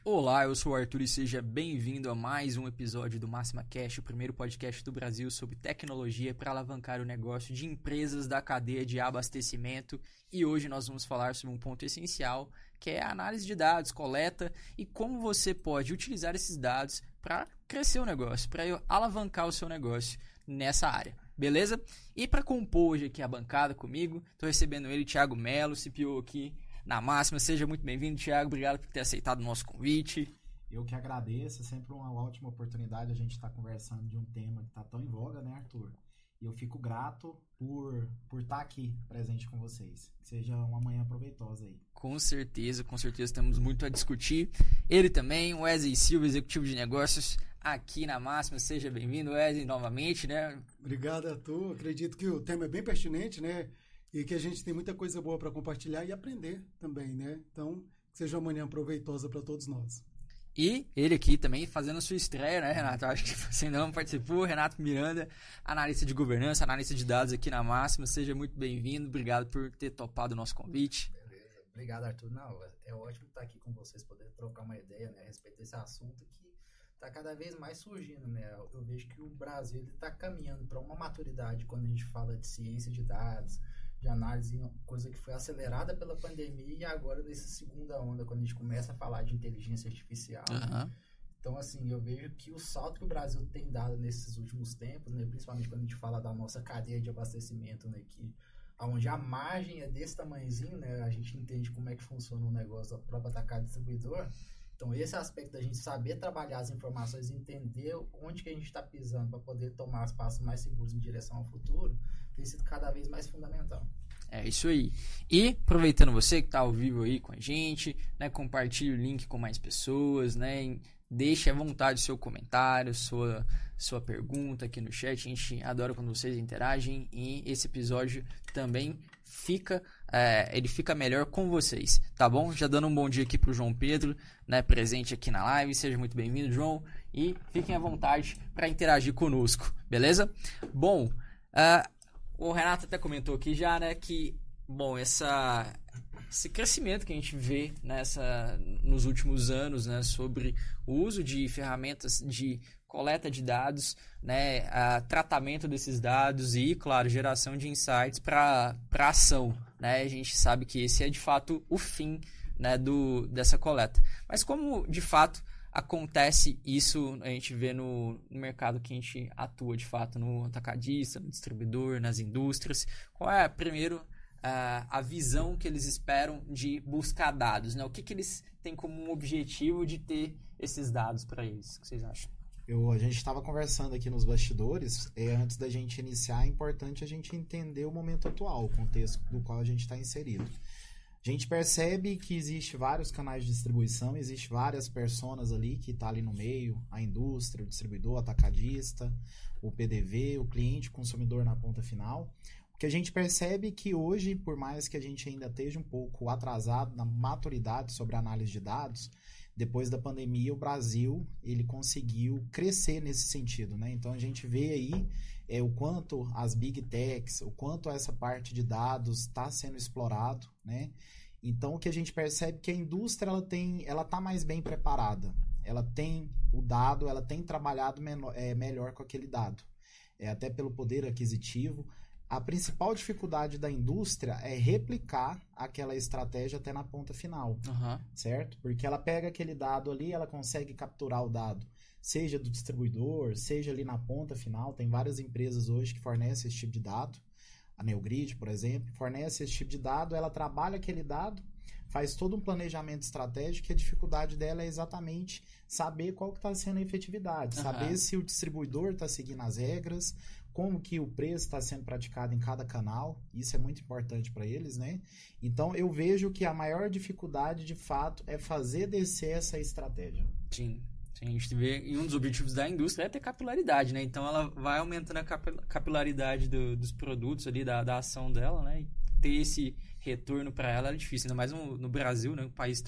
Olá, eu sou o Arthur e seja bem-vindo a mais um episódio do Máxima Cash, o primeiro podcast do Brasil sobre tecnologia para alavancar o negócio de empresas da cadeia de abastecimento. E hoje nós vamos falar sobre um ponto essencial, que é a análise de dados, coleta e como você pode utilizar esses dados para crescer o negócio, para alavancar o seu negócio nessa área. Beleza? E para compor hoje aqui a bancada comigo, estou recebendo ele, Thiago Melo, CPO aqui na Máxima. Seja muito bem-vindo, Thiago. Obrigado por ter aceitado o nosso convite. Eu que agradeço. É sempre uma ótima oportunidade a gente estar conversando de um tema que está tão em voga, né, Arthur? E eu fico grato por estar aqui presente com vocês. Que seja uma manhã proveitosa aí. Com certeza temos muito a discutir. Ele também, Wesley Silva, executivo de negócios aqui na Máxima. Seja bem-vindo, Wesley, novamente, né? Obrigado, Arthur. Acredito que o tema é bem pertinente, né? E que a gente tem muita coisa boa para compartilhar e aprender também, né? Então, que seja uma manhã proveitosa para todos nós. E ele aqui também fazendo a sua estreia, né, Renato? Acho que você ainda não participou. Renato Miranda, analista de governança, analista de dados aqui na Máxima. Seja muito bem-vindo. Obrigado por ter topado o nosso convite. Beleza. Obrigado, Arthur. Não, é ótimo estar aqui com vocês, poder trocar uma ideia, né, a respeito desse assunto que está cada vez mais surgindo, né? Eu vejo que o Brasil está caminhando para uma maturidade quando a gente fala de ciência de dados, de análise, coisa que foi acelerada pela pandemia e agora nessa segunda onda, quando a gente começa a falar de inteligência artificial. Uhum. Então, assim, eu vejo que o salto que o Brasil tem dado nesses últimos tempos, né, principalmente quando a gente fala da nossa cadeia de abastecimento, né, que onde a margem é desse tamanhozinho, né, a gente entende como é que funciona o negócio do próprio atacado distribuidor. Então, esse aspecto da gente saber trabalhar as informações, entender onde que a gente está pisando para poder tomar os passos mais seguros em direção ao futuro, tem sido cada vez mais fundamental. É isso aí. E, aproveitando você que está ao vivo aí com a gente, né, compartilhe o link com mais pessoas, né, deixe à vontade o seu comentário, sua pergunta aqui no chat. A gente adora quando vocês interagem e esse episódio também fica melhor com vocês, tá bom? Já dando um bom dia aqui pro João Pedro, né, presente aqui na live. Seja muito bem-vindo, João, e fiquem à vontade para interagir conosco, beleza? Bom, o Renato até comentou aqui já, né, que, bom, esse crescimento que a gente vê nos últimos anos, né, sobre o uso de ferramentas de coleta de dados, né, tratamento desses dados e, claro, geração de insights para ação, né? A gente sabe que esse é de fato o fim, né, dessa coleta. Mas como de fato acontece isso, a gente vê no mercado que a gente atua de fato, no atacadista, no distribuidor, nas indústrias. Qual é primeiro a visão que eles esperam de buscar dados, né? O que eles têm como um objetivo de ter esses dados para eles? O que vocês acham? A gente estava conversando aqui nos bastidores, antes da gente iniciar, é importante a gente entender o momento atual, o contexto do qual a gente está inserido. A gente percebe que existe vários canais de distribuição, existe várias personas ali que estão ali no meio, a indústria, o distribuidor, o atacadista, o PDV, o cliente, o consumidor na ponta final. O que a gente percebe que hoje, por mais que a gente ainda esteja um pouco atrasado na maturidade sobre a análise de dados, depois da pandemia, o Brasil ele conseguiu crescer nesse sentido, né? Então, a gente vê aí o quanto as Big Techs, o quanto essa parte de dados está sendo explorado, né? Então, o que a gente percebe é que a indústria ela está mais bem preparada. Ela tem o dado, ela tem trabalhado melhor com aquele dado. Até pelo poder aquisitivo. A principal dificuldade da indústria é replicar aquela estratégia até na ponta final, certo? Porque ela pega aquele dado ali, ela consegue capturar o dado, seja do distribuidor, seja ali na ponta final. Tem várias empresas hoje que fornecem esse tipo de dado. A Neogrid, por exemplo, fornece esse tipo de dado, ela trabalha aquele dado, faz todo um planejamento estratégico e a dificuldade dela é exatamente saber qual que está sendo a efetividade, saber se o distribuidor está seguindo as regras, como que o preço está sendo praticado em cada canal. Isso é muito importante para eles, né? Então, eu vejo que a maior dificuldade, de fato, é fazer descer essa estratégia. Sim. A gente vê, e um dos objetivos da indústria é ter capilaridade, né? Então, ela vai aumentando a capilaridade dos produtos ali, da ação dela, né? E ter esse retorno para ela é difícil, ainda mais no Brasil, né? Um país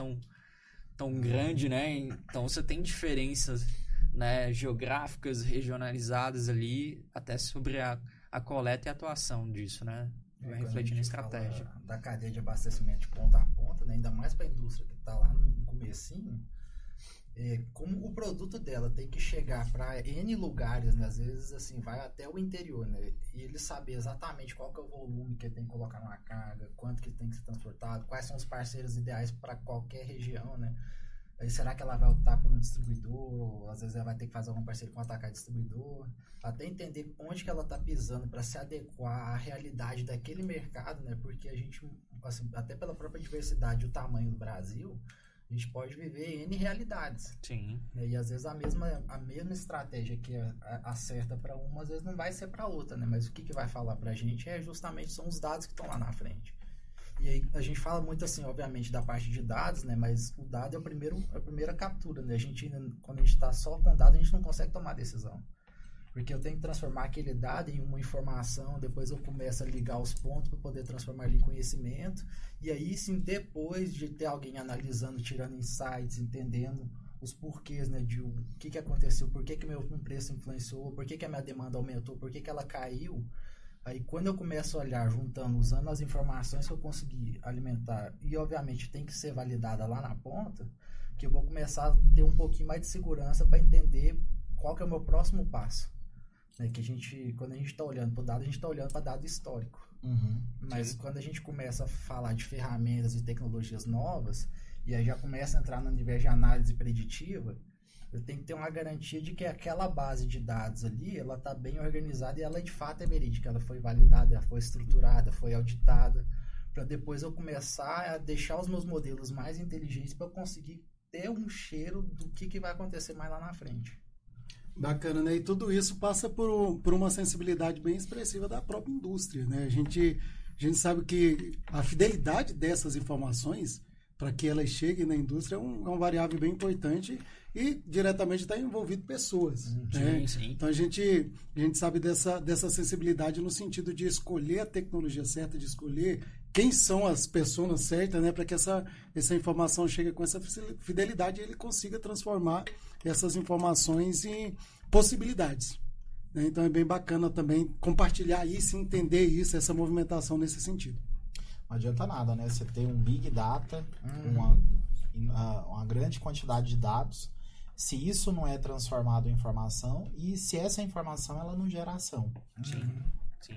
tão grande, né? Então, você tem diferenças, né, geográficas, regionalizadas ali, até sobre a coleta e a atuação disso, né? Vai refletir na estratégia. Da cadeia de abastecimento de ponta a ponta, né? Ainda mais para a indústria que está lá no comecinho, como o produto dela tem que chegar para N lugares, né? Às vezes, assim, vai até o interior, né? E ele saber exatamente qual que é o volume que ele tem que colocar numa carga, quanto que tem que ser transportado, quais são os parceiros ideais para qualquer região, né? Aí, será que ela vai optar por um distribuidor? Ou às vezes ela vai ter que fazer algum parceiro com atacar distribuidor? Até entender onde que ela está pisando para se adequar à realidade daquele mercado, né? Porque a gente, assim, até pela própria diversidade e o tamanho do Brasil, a gente pode viver N realidades. Sim. E às vezes a mesma estratégia que acerta para uma, às vezes não vai ser para outra, né? Mas o que vai falar para a gente são os dados que estão lá na frente. E aí a gente fala muito assim, obviamente, da parte de dados, né? Mas o dado é a primeira captura, né? Quando a gente está só com dado, a gente não consegue tomar decisão. Porque eu tenho que transformar aquele dado em uma informação, depois eu começo a ligar os pontos para poder transformar ele em conhecimento. E aí, sim, depois de ter alguém analisando, tirando insights, entendendo os porquês, né, de o que aconteceu, por que meu preço influenciou, por que a minha demanda aumentou, por que ela caiu. Aí, quando eu começo a olhar, juntando, usando as informações que eu consegui alimentar, e obviamente tem que ser validada lá na ponta, que eu vou começar a ter um pouquinho mais de segurança para entender qual que é o meu próximo passo. Que quando a gente está olhando para o dado, a gente está olhando para dado histórico. Mas quando a gente começa a falar de ferramentas e tecnologias novas, e aí já começa a entrar no universo de análise preditiva, eu tenho que ter uma garantia de que aquela base de dados ali, ela está bem organizada e ela de fato é verídica, ela foi validada, ela foi estruturada, foi auditada, para depois eu começar a deixar os meus modelos mais inteligentes para eu conseguir ter um cheiro do que vai acontecer mais lá na frente. Bacana, né? E tudo isso passa por uma sensibilidade bem expressiva da própria indústria, né? A gente sabe que a fidelidade dessas informações, para que elas cheguem na indústria, é uma variável bem importante e diretamente está envolvido pessoas. Né? Sim. Então a gente sabe dessa sensibilidade no sentido de escolher a tecnologia certa, de escolher quem são as pessoas certas, né? Para que essa informação chegue com essa fidelidade e ele consiga transformar essas informações em possibilidades. Né? Então é bem bacana também compartilhar isso, entender isso, essa movimentação nesse sentido. Não adianta nada, né? Você tem um big data, uma grande quantidade de dados, se isso não é transformado em informação e se essa informação ela não gera ação. Sim.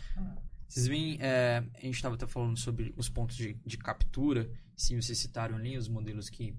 Vocês veem, a gente estava até falando sobre os pontos de captura. Sim, vocês citaram ali os modelos que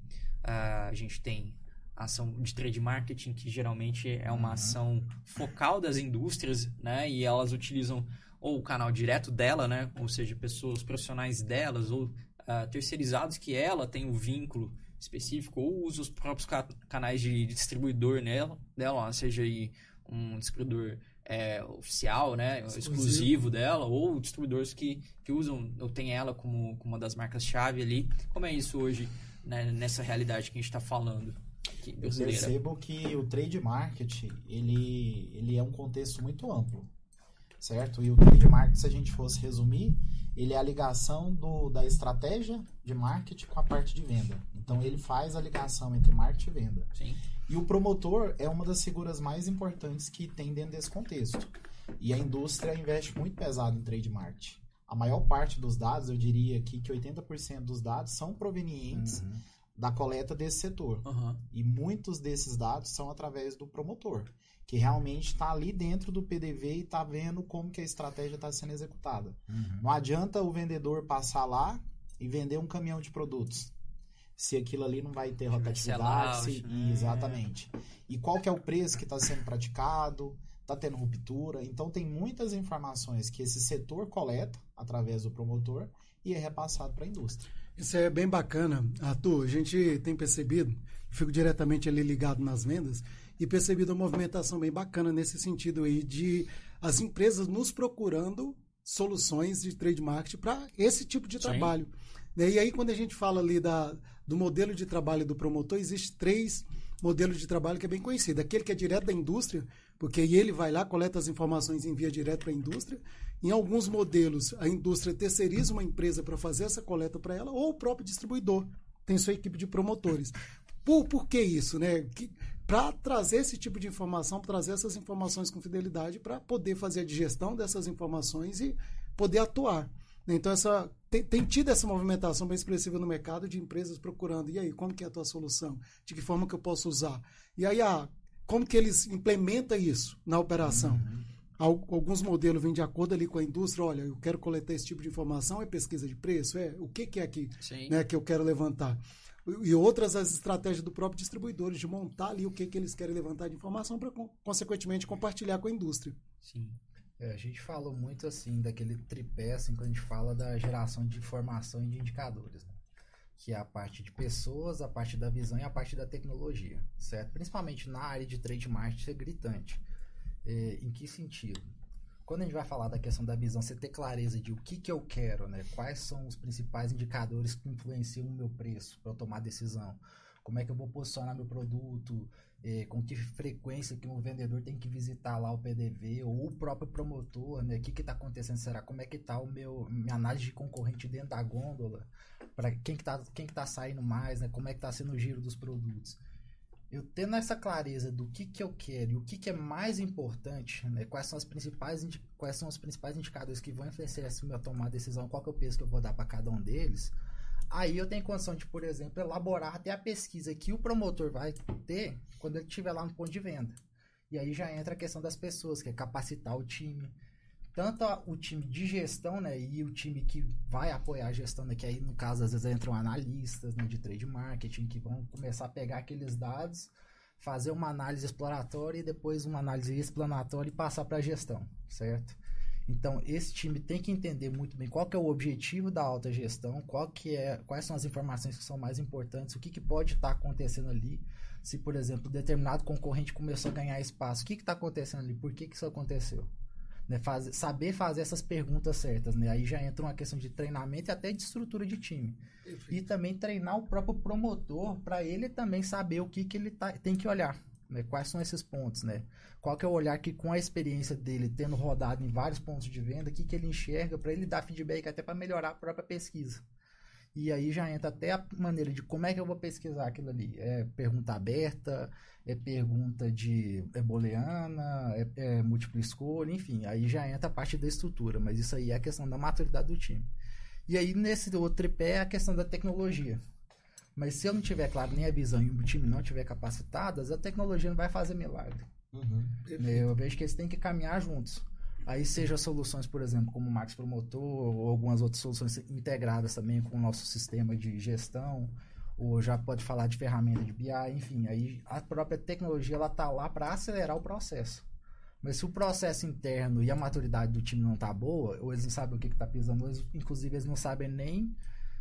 a gente tem. Ação de trade marketing, que geralmente é uma ação focal das indústrias, né? E elas utilizam ou o canal direto dela, né? Ou seja, pessoas profissionais delas ou terceirizados que ela tem um vínculo específico ou usa os próprios canais de distribuidor dela, seja aí um distribuidor oficial, né? Exclusivo dela, ou distribuidores que usam ou tem ela como uma das marcas-chave ali. Como é isso hoje, né, nessa realidade que a gente está falando? Eu percebo que o trade marketing ele é um contexto muito amplo, certo? E o trade marketing, se a gente fosse resumir, ele é a ligação da estratégia de marketing com a parte de venda. Então ele faz a ligação entre marketing e venda. Sim. E o promotor é uma das figuras mais importantes que tem dentro desse contexto. E a indústria investe muito pesado em trade marketing. A maior parte dos dados, eu diria aqui que 80% dos dados são provenientes da coleta desse setor. E muitos desses dados são através do promotor, que realmente está ali dentro do PDV e está vendo como que a estratégia está sendo executada. Não adianta o vendedor passar lá e vender um caminhão de produtos, se aquilo ali não vai ter rotatividade. Exatamente. E qual que é o preço que está sendo praticado, está tendo ruptura. Então tem muitas informações que esse setor coleta através do promotor e é repassado para a indústria. Isso é bem bacana, Arthur. A gente tem percebido, fico diretamente ali ligado nas vendas, e percebido uma movimentação bem bacana nesse sentido aí de as empresas nos procurando soluções de trade marketing para esse tipo de trabalho. E aí, quando a gente fala ali do modelo de trabalho do promotor, existe 3 modelos de trabalho que é bem conhecido. Aquele que é direto da indústria, porque aí ele vai lá, coleta as informações e envia direto para a indústria. Em alguns modelos, a indústria terceiriza uma empresa para fazer essa coleta para ela, ou o próprio distribuidor tem sua equipe de promotores. Por que isso, né? Para trazer esse tipo de informação, trazer essas informações com fidelidade, para poder fazer a digestão dessas informações e poder atuar. Então, tem tido essa movimentação bem expressiva no mercado de empresas procurando, e aí, como que é a tua solução? De que forma que eu posso usar? E aí, como que eles implementam isso na operação? Alguns modelos vêm de acordo ali com a indústria, olha, eu quero coletar esse tipo de informação, é pesquisa de preço, o que é aqui, né, que eu quero levantar. E outras, as estratégias do próprio distribuidor, de montar ali o que eles querem levantar de informação para, consequentemente, compartilhar com a indústria. Sim. A gente falou muito, assim, daquele tripé, assim, quando a gente fala da geração de informação e de indicadores, né? Que é a parte de pessoas, a parte da visão e a parte da tecnologia, certo? Principalmente na área de trade marketing, isso é gritante. Em que sentido? Quando a gente vai falar da questão da visão, você ter clareza de o que eu quero, né? Quais são os principais indicadores que influenciam o meu preço para eu tomar decisão? Como é que eu vou posicionar meu produto? Com que frequência que um vendedor tem que visitar lá o PDV ou o próprio promotor, né? O que está acontecendo? Será? Como é que está minha análise de concorrente dentro da gôndola? Para quem que tá saindo mais, né? Como é que está sendo o giro dos produtos? Eu tendo essa clareza do que eu quero e o que é mais importante, né? Quais são os principais indicadores que vão influenciar se eu tomar a decisão, qual que é o peso que eu vou dar para cada um deles, aí eu tenho condição de, por exemplo, elaborar até a pesquisa que o promotor vai ter quando ele estiver lá no ponto de venda. E aí já entra a questão das pessoas, que é capacitar o time. Tanto o time de gestão, né, e o time que vai apoiar a gestão, né, que aí no caso às vezes entram analistas, né, de trade marketing, que vão começar a pegar aqueles dados, fazer uma análise exploratória e depois uma análise explanatória e passar para a gestão, certo? Então esse time tem que entender muito bem qual que é o objetivo da alta gestão, quais são as informações que são mais importantes, o que pode estar acontecendo ali. Se, por exemplo, determinado concorrente começou a ganhar espaço, o que está acontecendo ali? Por que isso aconteceu? Né, saber fazer essas perguntas certas, né? Aí já entra uma questão de treinamento e até de estrutura de time. Perfeito. E também treinar o próprio promotor para ele também saber o que ele tem que olhar, né? Quais são esses pontos, né? Qual que é o olhar que com a experiência dele, tendo rodado em vários pontos de venda, o que ele enxerga para ele dar feedback até para melhorar a própria pesquisa. E aí já entra até a maneira de como é que eu vou pesquisar aquilo ali. É pergunta aberta, é pergunta booleana, é múltipla escolha, enfim. Aí já entra a parte da estrutura, mas isso aí é a questão da maturidade do time. E aí nesse outro tripé é a questão da tecnologia. Mas se eu não tiver, claro, nem a visão e o time não tiver capacitadas, a tecnologia não vai fazer milagre. Eu vejo que eles têm que caminhar juntos. Aí seja soluções, por exemplo, como o Max Promotor, ou algumas outras soluções integradas também com o nosso sistema de gestão, ou já pode falar de ferramenta de BI, enfim, aí a própria tecnologia ela tá lá para acelerar o processo. Mas se o processo interno e a maturidade do time não tá boa, ou eles não sabem o que tá pisando, inclusive eles não sabem nem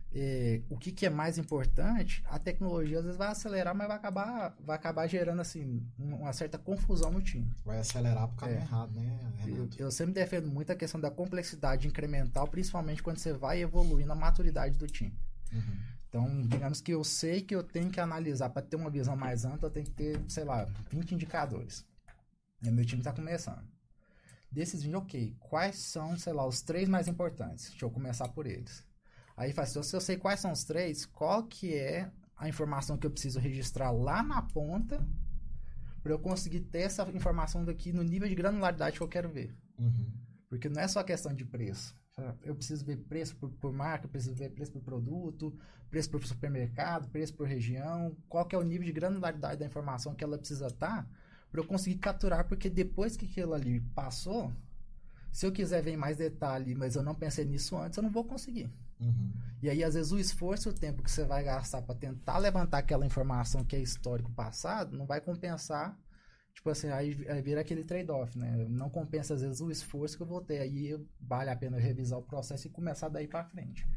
o que é mais importante, a tecnologia às vezes vai acelerar, mas vai acabar gerando assim uma certa confusão no time. Vai acelerar pro caminho errado, né, Renato? Eu sempre defendo muito a questão da complexidade incremental, principalmente quando você vai evoluindo a maturidade do time. Então, digamos que eu sei que eu tenho que analisar, para ter uma visão mais ampla, eu tenho que ter, sei lá, 20 indicadores. E meu time está começando. Desses 20, ok, quais são, sei lá, os 3 mais importantes? Deixa eu começar por eles. Aí faz, se eu sei quais são os 3, qual que é a informação que eu preciso registrar lá na ponta para eu conseguir ter essa informação daqui no nível de granularidade que eu quero ver. Porque não é só questão de preço. Eu preciso ver preço por marca, preciso ver preço por produto, preço por supermercado, preço por região, qual que é o nível de granularidade da informação que ela precisa estar para eu conseguir capturar, porque depois que aquilo ali passou, se eu quiser ver em mais detalhe, mas eu não pensei nisso antes, eu não vou conseguir. E aí, às vezes, o esforço e o tempo que você vai gastar para tentar levantar aquela informação que é histórico passado, não vai compensar. Tipo assim, aí vira aquele trade-off, né? Não compensa, às vezes, o esforço que eu vou ter. Aí vale a pena revisar o processo e começar daí para frente.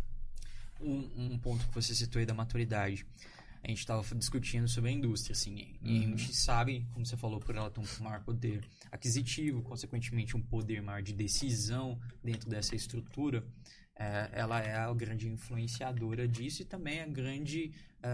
Um ponto que você citou aí da maturidade. A gente estava discutindo sobre a indústria, assim, e a gente sabe, como você falou, por ela ter um maior poder aquisitivo, consequentemente um poder maior de decisão dentro dessa estrutura, ela é a grande influenciadora disso e também a grande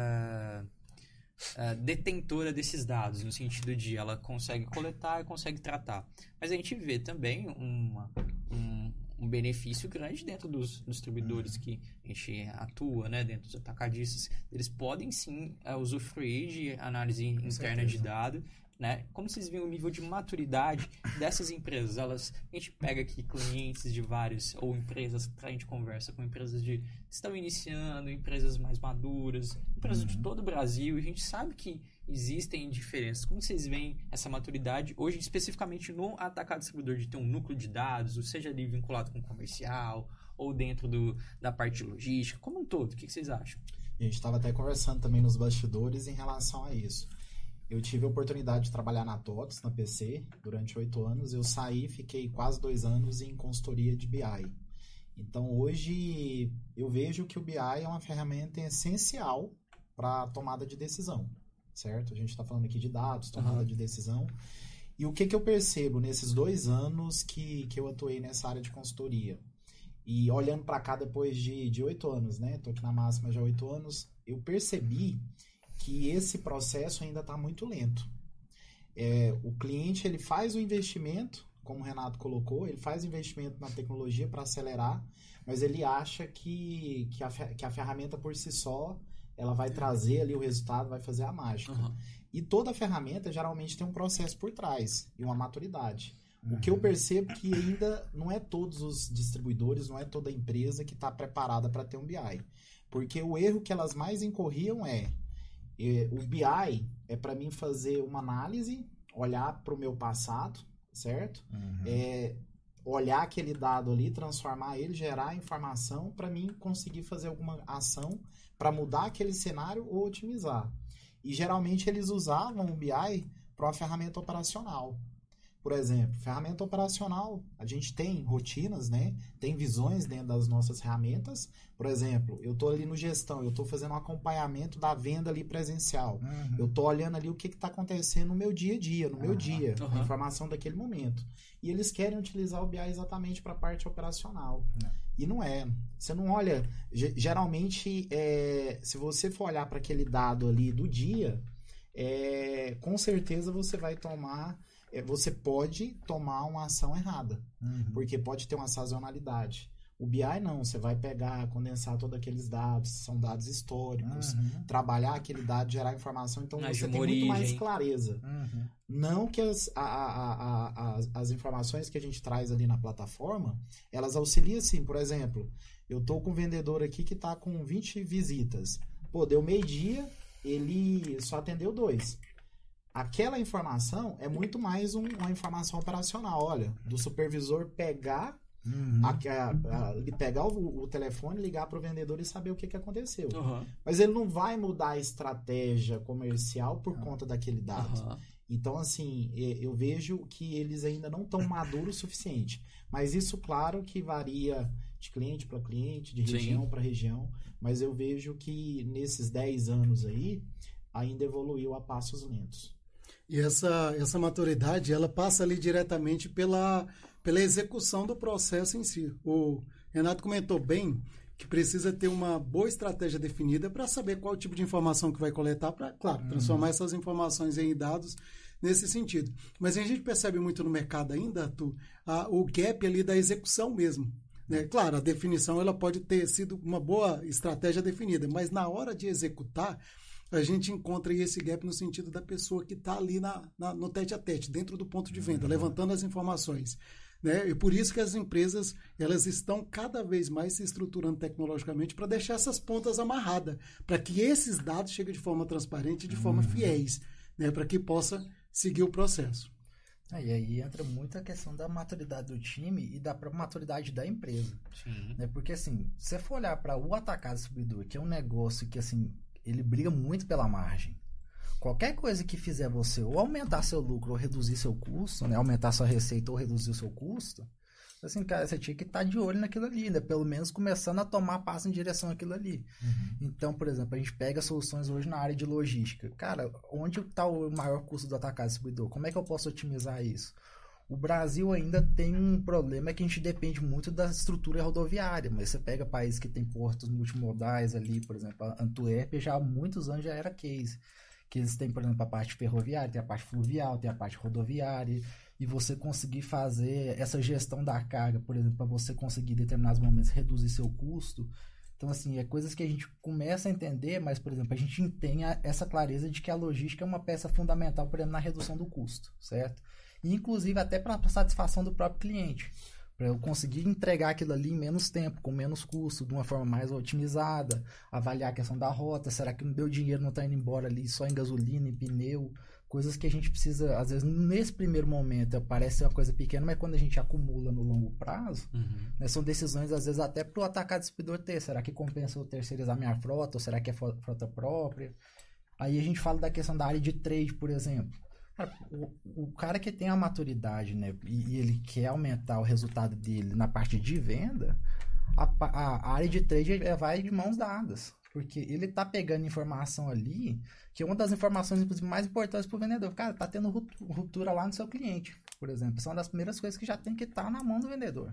detentora desses dados, no sentido de ela consegue coletar e consegue tratar. Mas a gente vê também um benefício grande dentro dos distribuidores que a gente atua, né, dentro dos atacadistas. Eles podem sim usufruir de análise interna de dados né? Como vocês veem o nível de maturidade dessas empresas? A gente pega aqui clientes de vários, ou empresas, a gente conversa com empresas que estão iniciando, empresas mais maduras, empresas de todo o Brasil, e a gente sabe que existem diferenças. Como vocês veem essa maturidade hoje, especificamente no atacado distribuidor, de ter um núcleo de dados, ou seja ali vinculado com o comercial, ou dentro da parte de logística, como um todo? O que vocês acham? A gente estava até conversando também nos bastidores em relação a isso. Eu tive a oportunidade de trabalhar na TOTS, na PC, durante 8 anos. Eu saí, fiquei quase 2 anos em consultoria de BI. Então, hoje, eu vejo que o BI é uma ferramenta essencial para a tomada de decisão, certo? A gente está falando aqui de dados, tomada de decisão. E o que eu percebo nesses 2 anos que eu atuei nessa área de consultoria? E olhando para cá depois de 8 anos, né? Estou aqui na máxima já há 8 anos. Eu percebi que esse processo ainda está muito lento. O cliente ele faz o investimento, como o Renato colocou, ele faz o investimento na tecnologia para acelerar, mas ele acha que a ferramenta por si só ela vai trazer ali o resultado, vai fazer a mágica. E toda ferramenta geralmente tem um processo por trás e uma maturidade. O que eu percebo que ainda não é todos os distribuidores, não é toda empresa que está preparada para ter um BI. Porque o erro que elas mais incorriam o BI é para mim fazer uma análise, olhar para o meu passado, certo? Olhar aquele dado ali, transformar ele, gerar informação para mim conseguir fazer alguma ação para mudar aquele cenário ou otimizar. E geralmente eles usavam o BI para uma ferramenta operacional. Por exemplo, ferramenta operacional, a gente tem rotinas, né? Tem visões dentro das nossas ferramentas. Por exemplo, eu estou ali no gestão, eu estou fazendo um acompanhamento da venda ali presencial. Eu estou olhando ali o que está acontecendo no meu dia a dia, no meu dia, a informação daquele momento. E eles querem utilizar o BI exatamente para a parte operacional. E não é. Você não olha... Geralmente, se você for olhar para aquele dado ali do dia, com certeza você vai tomar... Você pode tomar uma ação errada, porque pode ter uma sazonalidade. O BI não, você vai pegar, condensar todos aqueles dados, são dados históricos, trabalhar aquele dado, gerar informação, então você tem muito mais clareza. Não que as informações que a gente traz ali na plataforma, elas auxiliam sim. Por exemplo, eu estou com um vendedor aqui que está com 20 visitas. Deu meio-dia, ele só atendeu 2. Aquela informação é muito mais uma informação operacional. Olha, do supervisor pegar, pegar o telefone, ligar para o vendedor e saber o que aconteceu. Mas ele não vai mudar a estratégia comercial por conta daquele dado. Então, assim, eu vejo que eles ainda não estão maduros o suficiente. Mas isso, claro, que varia de cliente para cliente, de região para região. Mas eu vejo que nesses 10 anos aí, ainda evoluiu a passos lentos. E essa maturidade, ela passa ali diretamente pela execução do processo em si. O Renato comentou bem que precisa ter uma boa estratégia definida para saber qual tipo de informação que vai coletar para, claro, transformar essas informações em dados nesse sentido. Mas a gente percebe muito no mercado ainda, Arthur, o gap ali da execução mesmo. Né? Claro, a definição ela pode ter sido uma boa estratégia definida, mas na hora de executar, a gente encontra esse gap no sentido da pessoa que está ali no tete-a-tete, dentro do ponto de venda, levantando as informações. Né? E por isso que as empresas elas estão cada vez mais se estruturando tecnologicamente para deixar essas pontas amarradas, para que esses dados cheguem de forma transparente e de forma fiéis, né? Para que possa seguir o processo. E aí entra muito a questão da maturidade do time e da própria maturidade da empresa. Né? Porque, assim, se você for olhar para o atacado distribuidor, que é um negócio que, assim, ele briga muito pela margem. Qualquer coisa que fizer você ou aumentar seu lucro ou reduzir seu custo, né? Aumentar sua receita ou reduzir o seu custo, assim, cara, você tinha que estar de olho naquilo ali, né? Pelo menos começando a tomar passo em direção àquilo ali. Então, por exemplo, a gente pega soluções hoje na área de logística. Cara, onde está o maior custo do atacado distribuidor? Como é que eu posso otimizar isso? O Brasil ainda tem um problema que a gente depende muito da estrutura rodoviária, mas você pega países que tem portos multimodais ali, por exemplo, a Antuérpia já há muitos anos já era case, que eles têm, por exemplo, a parte ferroviária, tem a parte fluvial, tem a parte rodoviária, e você conseguir fazer essa gestão da carga, por exemplo, para você conseguir em determinados momentos reduzir seu custo, Então, assim, é coisas que a gente começa a entender, mas, por exemplo, a gente tem essa clareza de que a logística é uma peça fundamental, por exemplo, na redução do custo, certo? E, inclusive, até para a satisfação do próprio cliente. Para eu conseguir entregar aquilo ali em menos tempo, com menos custo, de uma forma mais otimizada, avaliar a questão da rota, será que o meu dinheiro não está indo embora ali só em gasolina, em pneu, coisas que a gente precisa, às vezes, nesse primeiro momento, parece uma coisa pequena, mas quando a gente acumula no longo prazo, né, são decisões, às vezes, até para o atacado distribuidor ter. Será que compensa eu terceirizar minha frota, ou será que é frota própria? Aí a gente fala da questão da área de trade, por exemplo. Cara, o cara que tem a maturidade, né, e ele quer aumentar o resultado dele na parte de venda, a área de trade vai de mãos dadas. Porque ele tá pegando informação ali, que é uma das informações, inclusive, mais importantes para o vendedor. Cara, tá tendo ruptura lá no seu cliente, por exemplo. São uma das primeiras coisas que já tem que estar na mão do vendedor.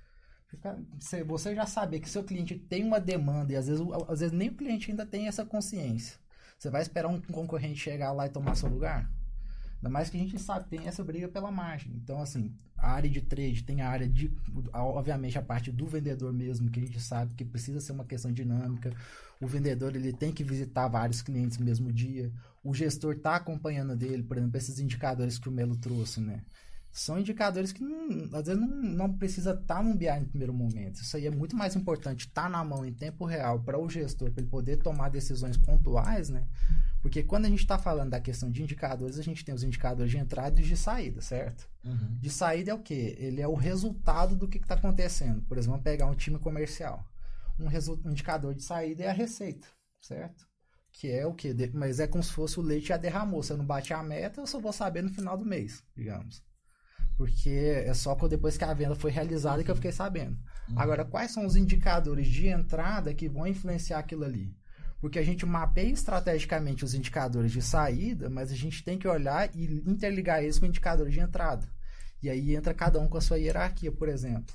Você já saber que seu cliente tem uma demanda, e às vezes nem o cliente ainda tem essa consciência. Você vai esperar um concorrente chegar lá e tomar seu lugar? Ainda mais que a gente sabe, tem essa briga pela margem. Então, assim, a área de trade tem a área de, obviamente, a parte do vendedor mesmo, que a gente sabe que precisa ser uma questão dinâmica. O vendedor, ele tem que visitar vários clientes no mesmo dia. O gestor está acompanhando dele, por exemplo, esses indicadores que o Melo trouxe, né? São indicadores que, às vezes, não precisa estar no BI no primeiro momento. Isso aí é muito mais importante estar na mão em tempo real para o gestor, para ele poder tomar decisões pontuais, né? Porque quando a gente está falando da questão de indicadores, a gente tem os indicadores de entrada e de saída, certo? De saída é o quê? Ele é o resultado do que está acontecendo. Por exemplo, vamos pegar um time comercial. Um indicador de saída é a receita, certo? Que é o quê? Mas é como se fosse o leite já derramou. Se eu não bati a meta, eu só vou saber no final do mês, digamos. Porque é só depois que a venda foi realizada que eu fiquei sabendo. Agora, quais são os indicadores de entrada que vão influenciar aquilo ali? Porque a gente mapeia estrategicamente os indicadores de saída, mas a gente tem que olhar e interligar eles com indicadores de entrada. E aí entra cada um com a sua hierarquia, por exemplo.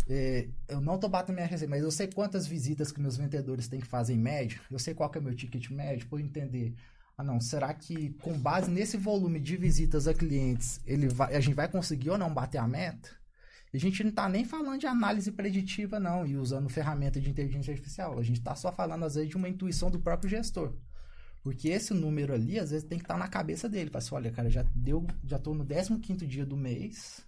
Eu não estou batendo minha receita, mas eu sei quantas visitas que meus vendedores têm que fazer em média. Eu sei qual que é o meu ticket médio, para eu entender. Será que com base nesse volume de visitas a clientes, a gente vai conseguir ou não bater a meta? A gente não está nem falando de análise preditiva, não, e usando ferramenta de inteligência artificial. A gente está só falando, às vezes, de uma intuição do próprio gestor. Porque esse número ali, às vezes, tem que estar na cabeça dele. Fala assim, olha, cara, já estou no 15º dia do mês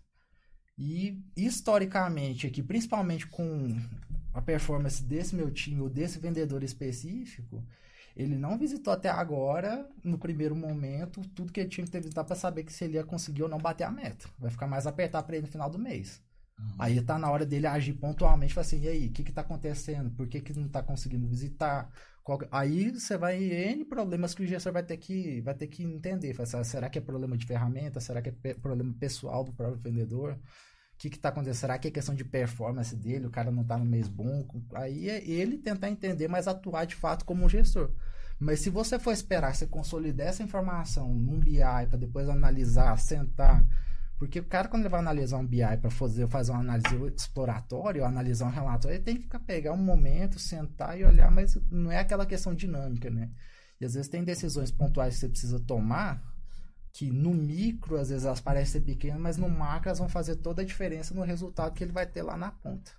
e, historicamente, aqui, principalmente com a performance desse meu time ou desse vendedor específico, ele não visitou até agora, no primeiro momento, tudo que ele tinha que ter visitado para saber que se ele ia conseguir ou não bater a meta. Vai ficar mais apertado para ele no final do mês. Aí está na hora dele agir pontualmente, falar assim, e aí, o que está acontecendo? Por que não está conseguindo visitar? Aí você vai N problemas que o gestor vai ter que entender. Fala, será que é problema de ferramenta? Será que é problema pessoal do próprio vendedor? O que está acontecendo? Será que é questão de performance dele? O cara não está no mês bom? Aí é ele tentar entender, mas atuar de fato como um gestor. Mas se você for esperar você consolidar essa informação num BI para depois analisar, sentar... Porque o cara, quando ele vai analisar um BI para fazer uma análise exploratória ou analisar um relatório, ele tem que pegar um momento, sentar e olhar, mas não é aquela questão dinâmica, né? E às vezes tem decisões pontuais que você precisa tomar, que no micro, às vezes elas parecem ser pequenas, mas no macro elas vão fazer toda a diferença no resultado que ele vai ter lá na ponta.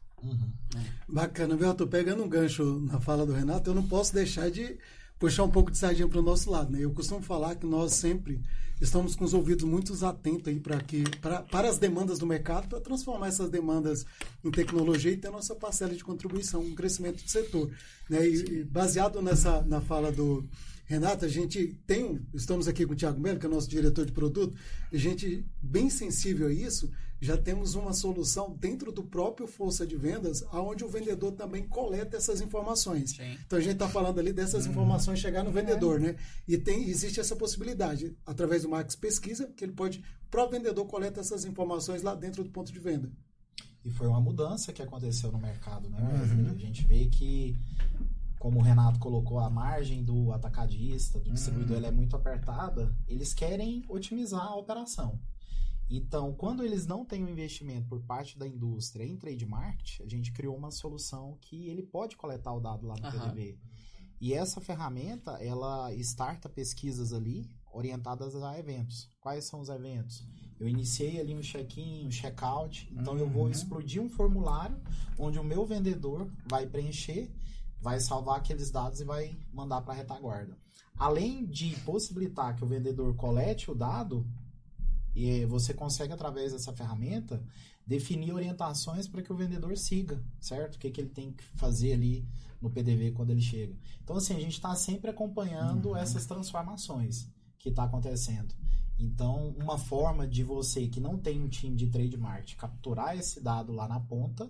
Bacana, viu? Eu tô pegando um gancho na fala do Renato, eu não posso deixar de puxar um pouco de sardinha para o nosso lado, né? Eu costumo falar que nós sempre estamos com os ouvidos muito atentos aí para as demandas do mercado, para transformar essas demandas em tecnologia e ter a nossa parcela de contribuição, um crescimento do setor, né? E baseado na fala do Renato, a gente estamos aqui com o Thiago Melo, que é o nosso diretor de produto, a gente, bem sensível a isso, já temos uma solução dentro do próprio força de vendas, onde o vendedor também coleta essas informações. Sim. Então a gente está falando ali dessas informações chegar no vendedor, né? E existe essa possibilidade, através do Max Pesquisa, que ele pode, o próprio vendedor coleta essas informações lá dentro do ponto de venda. E foi uma mudança que aconteceu no mercado, né? A gente vê que, como o Renato colocou, a margem do atacadista, do distribuidor, ela é muito apertada, eles querem otimizar a operação. Então, quando eles não têm um investimento por parte da indústria em trade market, a gente criou uma solução que ele pode coletar o dado lá no PDV. E essa ferramenta, ela starta pesquisas ali orientadas a eventos. Quais são os eventos? Eu iniciei ali um check-in, um check-out, então eu vou explodir um formulário onde o meu vendedor vai preencher vai salvar aqueles dados e vai mandar para a retaguarda. Além de possibilitar que o vendedor colete o dado, e você consegue, através dessa ferramenta, definir orientações para que o vendedor siga, certo? O que ele tem que fazer ali no PDV quando ele chega. Então, assim, a gente está sempre acompanhando essas transformações que está acontecendo. Então, uma forma de você, que não tem um time de trade marketing, capturar esse dado lá na ponta,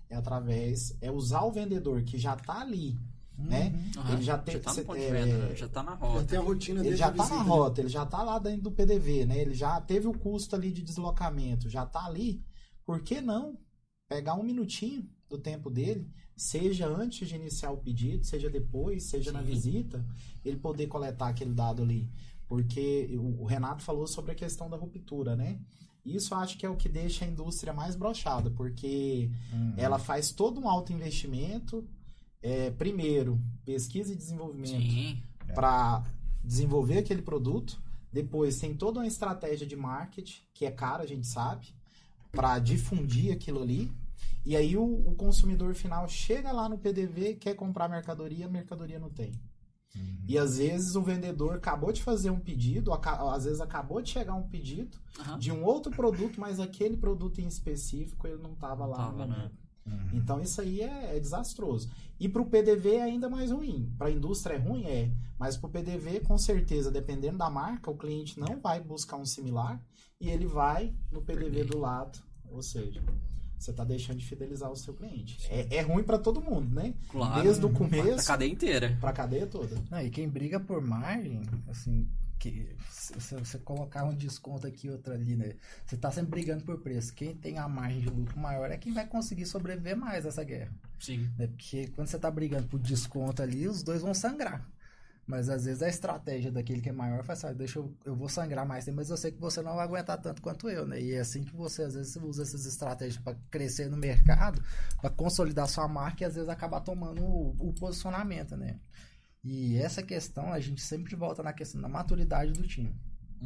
é usar o vendedor que já está ali, né? Ele já tem, já tá no ponto de venda, já tá na rota. Já tem a rotina ele dele já de tá visita, na rota, ele já tá lá dentro do PDV, né? Ele já teve o custo ali de deslocamento, já tá ali. Por que não pegar um minutinho do tempo dele, seja antes de iniciar o pedido, seja depois, seja na visita, ele poder coletar aquele dado ali? Porque o Renato falou sobre a questão da ruptura, né? Isso eu acho que é o que deixa a indústria mais broxada, porque ela faz todo um alto investimento, primeiro, pesquisa e desenvolvimento para desenvolver aquele produto, depois tem toda uma estratégia de marketing, que é cara, a gente sabe, para difundir aquilo ali, e aí o consumidor final chega lá no PDV, quer comprar mercadoria, a mercadoria não tem. E às vezes o vendedor acabou de fazer um pedido, às vezes acabou de chegar um pedido de um outro produto, mas aquele produto em específico ele não estava lá no momento. Então isso aí é desastroso. E para o PDV é ainda mais ruim. Para a indústria é ruim, mas para o PDV, com certeza, dependendo da marca, o cliente não vai buscar um similar e ele vai no PDV do lado. Ou seja, você está deixando de fidelizar o seu cliente. É ruim para todo mundo, né? Claro. Desde o começo. Pra cadeia inteira. Para a cadeia toda. Não, e quem briga por margem, assim, que se você colocar um desconto aqui, outro ali, né? Você tá sempre brigando por preço. Quem tem a margem de lucro maior é quem vai conseguir sobreviver mais essa guerra. Sim. Né? Porque quando você tá brigando por desconto ali, os dois vão sangrar. Mas às vezes a estratégia daquele que é maior faz assim, eu vou sangrar mais, mas eu sei que você não vai aguentar tanto quanto eu, né? E é assim que você às vezes usa essas estratégias para crescer no mercado, para consolidar sua marca e às vezes acabar tomando o posicionamento, né? E essa questão, a gente sempre volta na questão da maturidade do time.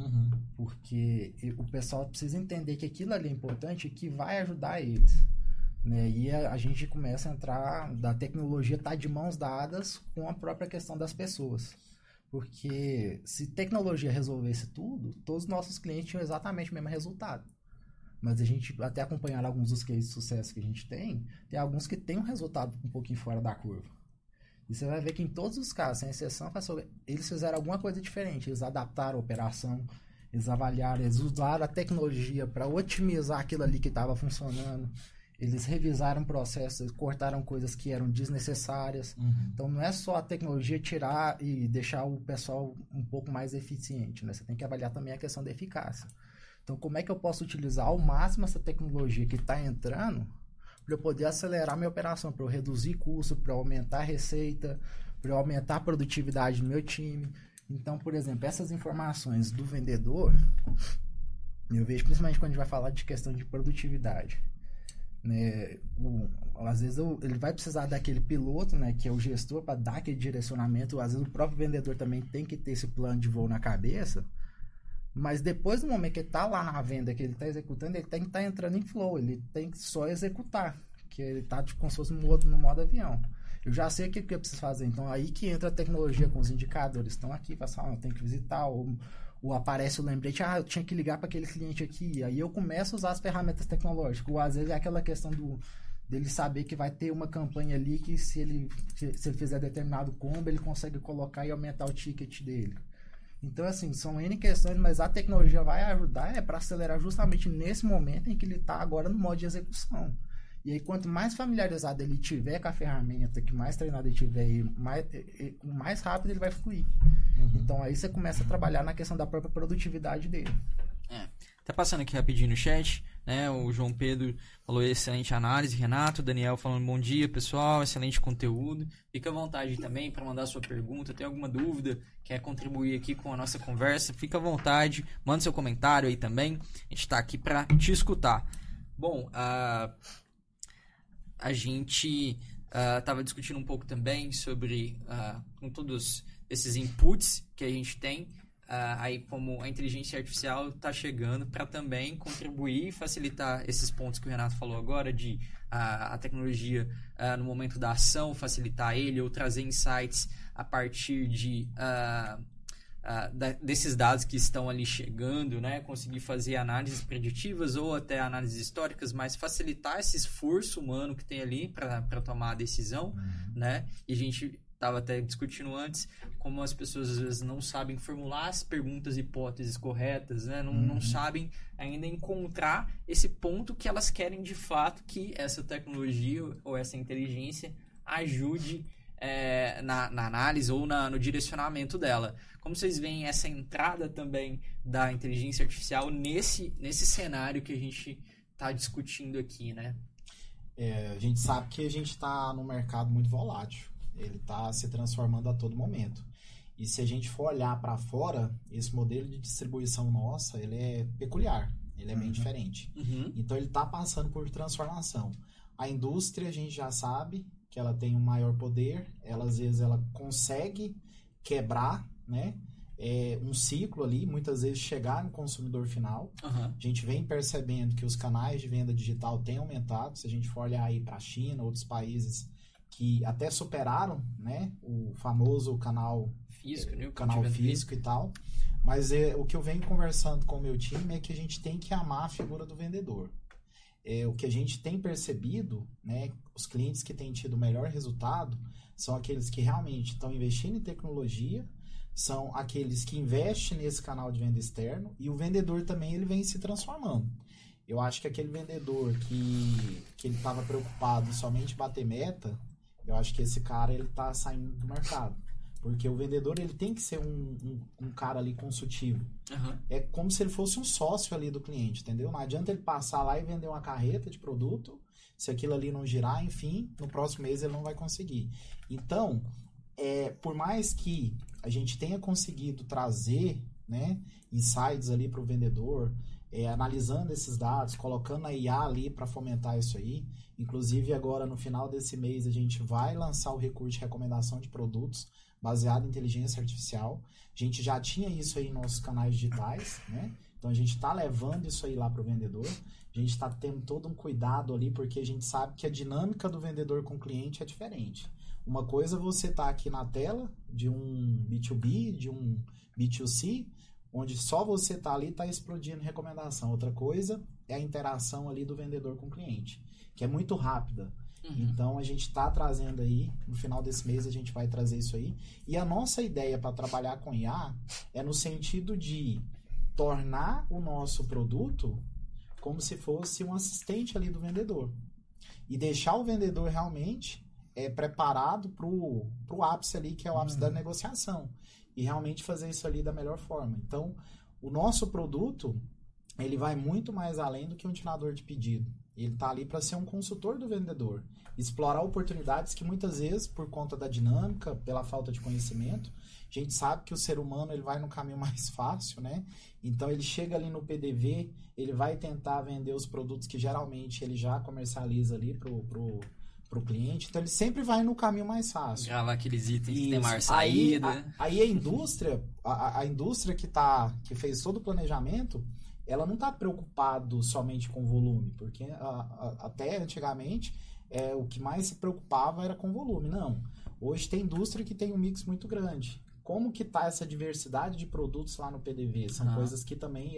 Porque o pessoal precisa entender que aquilo ali é importante e que vai ajudar eles. Né? E a gente começa a entrar, da tecnologia tá de mãos dadas com a própria questão das pessoas. Porque se tecnologia resolvesse tudo, todos os nossos clientes tinham exatamente o mesmo resultado. Mas a gente, até acompanhar alguns dos cases de sucesso que a gente tem alguns que têm um resultado um pouquinho fora da curva. E você vai ver que em todos os casos, sem exceção, eles fizeram alguma coisa diferente. Eles adaptaram a operação, eles avaliaram, eles usaram a tecnologia para otimizar aquilo ali que estava funcionando. Eles revisaram processos, eles cortaram coisas que eram desnecessárias. Então, não é só a tecnologia tirar e deixar o pessoal um pouco mais eficiente, né? Você tem que avaliar também a questão da eficácia. Então, como é que eu posso utilizar ao máximo essa tecnologia que está entrando para eu poder acelerar minha operação, para eu reduzir custo, para eu aumentar a receita, para eu aumentar a produtividade do meu time. Então, por exemplo, essas informações do vendedor, eu vejo principalmente quando a gente vai falar de questão de produtividade. Né, às vezes ele vai precisar daquele piloto, né, que é o gestor, para dar aquele direcionamento. Às vezes o próprio vendedor também tem que ter esse plano de voo na cabeça, mas depois do momento que ele está lá na venda, que ele está executando, ele tem que estar entrando em flow, ele tem que só executar, que ele está como se fosse no modo avião. Eu já sei o que eu preciso fazer, então aí que entra a tecnologia com os indicadores. Estão aqui, fala, eu tenho que visitar, ou aparece o lembrete, eu tinha que ligar para aquele cliente aqui. Aí eu começo a usar as ferramentas tecnológicas. Ou às vezes é aquela questão dele saber que vai ter uma campanha ali que se ele fizer determinado combo, ele consegue colocar e aumentar o ticket dele. Então, assim, são N questões, mas a tecnologia vai ajudar para acelerar justamente nesse momento em que ele está agora no modo de execução. E aí, quanto mais familiarizado ele tiver com a ferramenta, que mais treinado ele tiver, mais rápido ele vai fluir. Então, aí você começa a trabalhar na questão da própria produtividade dele. Tá passando aqui rapidinho no chat, né? O João Pedro falou excelente análise, Renato, Daniel falando bom dia, pessoal, excelente conteúdo. Fica à vontade também para mandar sua pergunta, tem alguma dúvida, quer contribuir aqui com a nossa conversa, fica à vontade, manda seu comentário aí também, a gente tá aqui para te escutar. Bom, a gente estava discutindo um pouco também sobre, com todos esses inputs que a gente tem, aí como a inteligência artificial está chegando para também contribuir e facilitar esses pontos que o Renato falou agora, de a tecnologia no momento da ação facilitar ele, ou trazer insights a partir desses dados que estão ali chegando, né? Conseguir fazer análises preditivas ou até análises históricas, mas facilitar esse esforço humano que tem ali para tomar a decisão, né? E a gente estava até discutindo antes como as pessoas às vezes não sabem formular as perguntas e hipóteses corretas, né? Não sabem ainda encontrar esse ponto que elas querem de fato que essa tecnologia ou essa inteligência ajude na análise ou no direcionamento dela. Como vocês veem essa entrada também da inteligência artificial nesse cenário que a gente está discutindo aqui, né? A gente sabe que a gente está num mercado muito volátil. Ele está se transformando a todo momento. E se a gente for olhar para fora, esse modelo de distribuição nossa, ele é peculiar, ele é bem diferente. Então ele está passando por transformação. A indústria, a gente já sabe que ela tem um maior poder, às vezes ela consegue quebrar, né, um ciclo ali, muitas vezes chegar no consumidor final. A gente vem percebendo que os canais de venda digital têm aumentado. Se a gente for olhar aí para a China, outros países que até superaram, né, o famoso canal físico, né, o canal físico e tal. Mas o que eu venho conversando com o meu time é que a gente tem que amar a figura do vendedor. O que a gente tem percebido, né, os clientes que têm tido o melhor resultado são aqueles que realmente estão investindo em tecnologia, são aqueles que investem nesse canal de venda externo, e o vendedor também ele vem se transformando. Eu acho que aquele vendedor que ele estava preocupado em somente bater meta, eu acho que esse cara ele está saindo do mercado. Porque o vendedor ele tem que ser um cara ali consultivo. É como se ele fosse um sócio ali do cliente, entendeu? Não adianta ele passar lá e vender uma carreta de produto, se aquilo ali não girar, enfim, no próximo mês ele não vai conseguir. Então, por mais que a gente tenha conseguido trazer, né, insights ali para o vendedor, analisando esses dados, colocando a IA ali para fomentar isso aí. Inclusive agora no final desse mês a gente vai lançar o recurso de recomendação de produtos baseado em inteligência artificial. A gente já tinha isso aí em nossos canais digitais, né? Então a gente está levando isso aí lá para o vendedor. A gente está tendo todo um cuidado ali, porque a gente sabe que a dinâmica do vendedor com o cliente é diferente. Uma coisa é você tá aqui na tela de um B2B, de um B2C, onde só você tá ali, tá explodindo recomendação. Outra coisa é a interação ali do vendedor com o cliente, que é muito rápida. Então a gente está trazendo aí, no final desse mês a gente vai trazer isso aí. E a nossa ideia para trabalhar com IA é no sentido de tornar o nosso produto como se fosse um assistente ali do vendedor. E deixar o vendedor realmente preparado para o ápice ali, que é o ápice da negociação. E realmente fazer isso ali da melhor forma. Então, o nosso produto, ele vai muito mais além do que um tirador de pedido. Ele está ali para ser um consultor do vendedor. Explorar oportunidades que muitas vezes, por conta da dinâmica, pela falta de conhecimento, a gente sabe que o ser humano ele vai no caminho mais fácil, né? Então, ele chega ali no PDV, ele vai tentar vender os produtos que geralmente ele já comercializa ali pro cliente, então ele sempre vai no caminho mais fácil. Gravar aqueles itens que tem maior saída. Aí a indústria, a indústria que fez todo o planejamento, ela não está preocupada somente com volume, porque até antigamente o que mais se preocupava era com volume. Não. Hoje tem indústria que tem um mix muito grande. Como que está essa diversidade de produtos lá no PDV? São coisas que também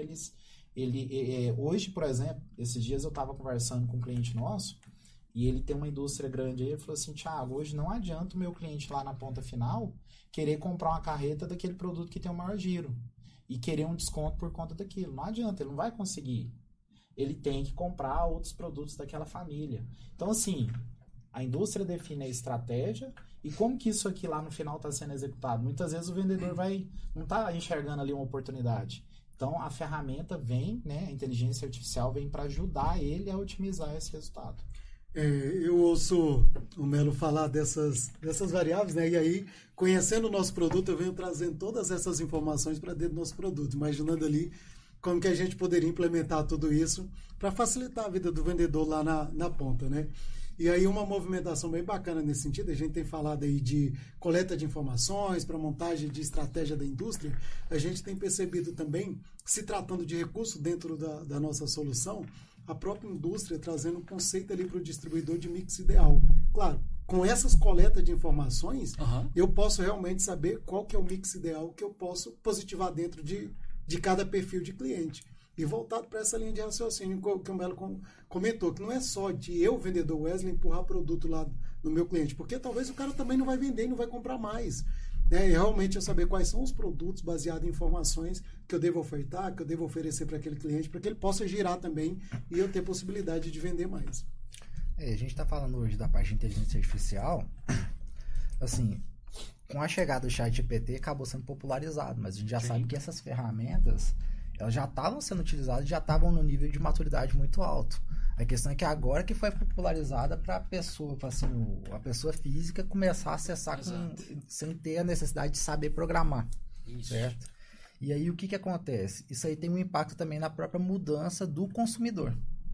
hoje, por exemplo, esses dias eu estava conversando com um cliente nosso, e ele tem uma indústria grande aí, ele falou assim, Thiago, hoje não adianta o meu cliente lá na ponta final querer comprar uma carreta daquele produto que tem o maior giro e querer um desconto por conta daquilo. Não adianta, ele não vai conseguir. Ele tem que comprar outros produtos daquela família. Então, assim, a indústria define a estratégia e como que isso aqui lá no final está sendo executado. Muitas vezes o vendedor não está enxergando ali uma oportunidade. Então, a ferramenta vem, né, a inteligência artificial vem para ajudar ele a otimizar esse resultado. Eu ouço o Melo falar dessas variáveis, né? E aí, conhecendo o nosso produto, eu venho trazendo todas essas informações para dentro do nosso produto, imaginando ali como que a gente poderia implementar tudo isso para facilitar a vida do vendedor lá na ponta, né? E aí uma movimentação bem bacana nesse sentido, a gente tem falado aí de coleta de informações para montagem de estratégia da indústria, a gente tem percebido também, se tratando de recurso dentro da nossa solução, a própria indústria trazendo um conceito ali para o distribuidor de mix ideal. Claro, com essas coletas de informações, eu posso realmente saber qual que é o mix ideal que eu posso positivar dentro de cada perfil de cliente. E voltado para essa linha de raciocínio que o Melo comentou, que não é só de eu, vendedor Wesley, empurrar produto lá no meu cliente, porque talvez o cara também não vai vender e não vai comprar mais. E realmente eu saber quais são os produtos baseados em informações que eu devo ofertar, que eu devo oferecer para aquele cliente, para que ele possa girar também e eu ter possibilidade de vender mais. A gente está falando hoje da parte de inteligência artificial, assim, com a chegada do ChatGPT acabou sendo popularizado, mas a gente já sabe que essas ferramentas, elas já estavam sendo utilizadas, já estavam no nível de maturidade muito alto. A questão é que agora que foi popularizada para a pessoa, assim, a pessoa física começar a acessar sem ter a necessidade de saber programar. Isso. Certo? E aí o que acontece? Isso aí tem um impacto também na própria mudança do consumidor.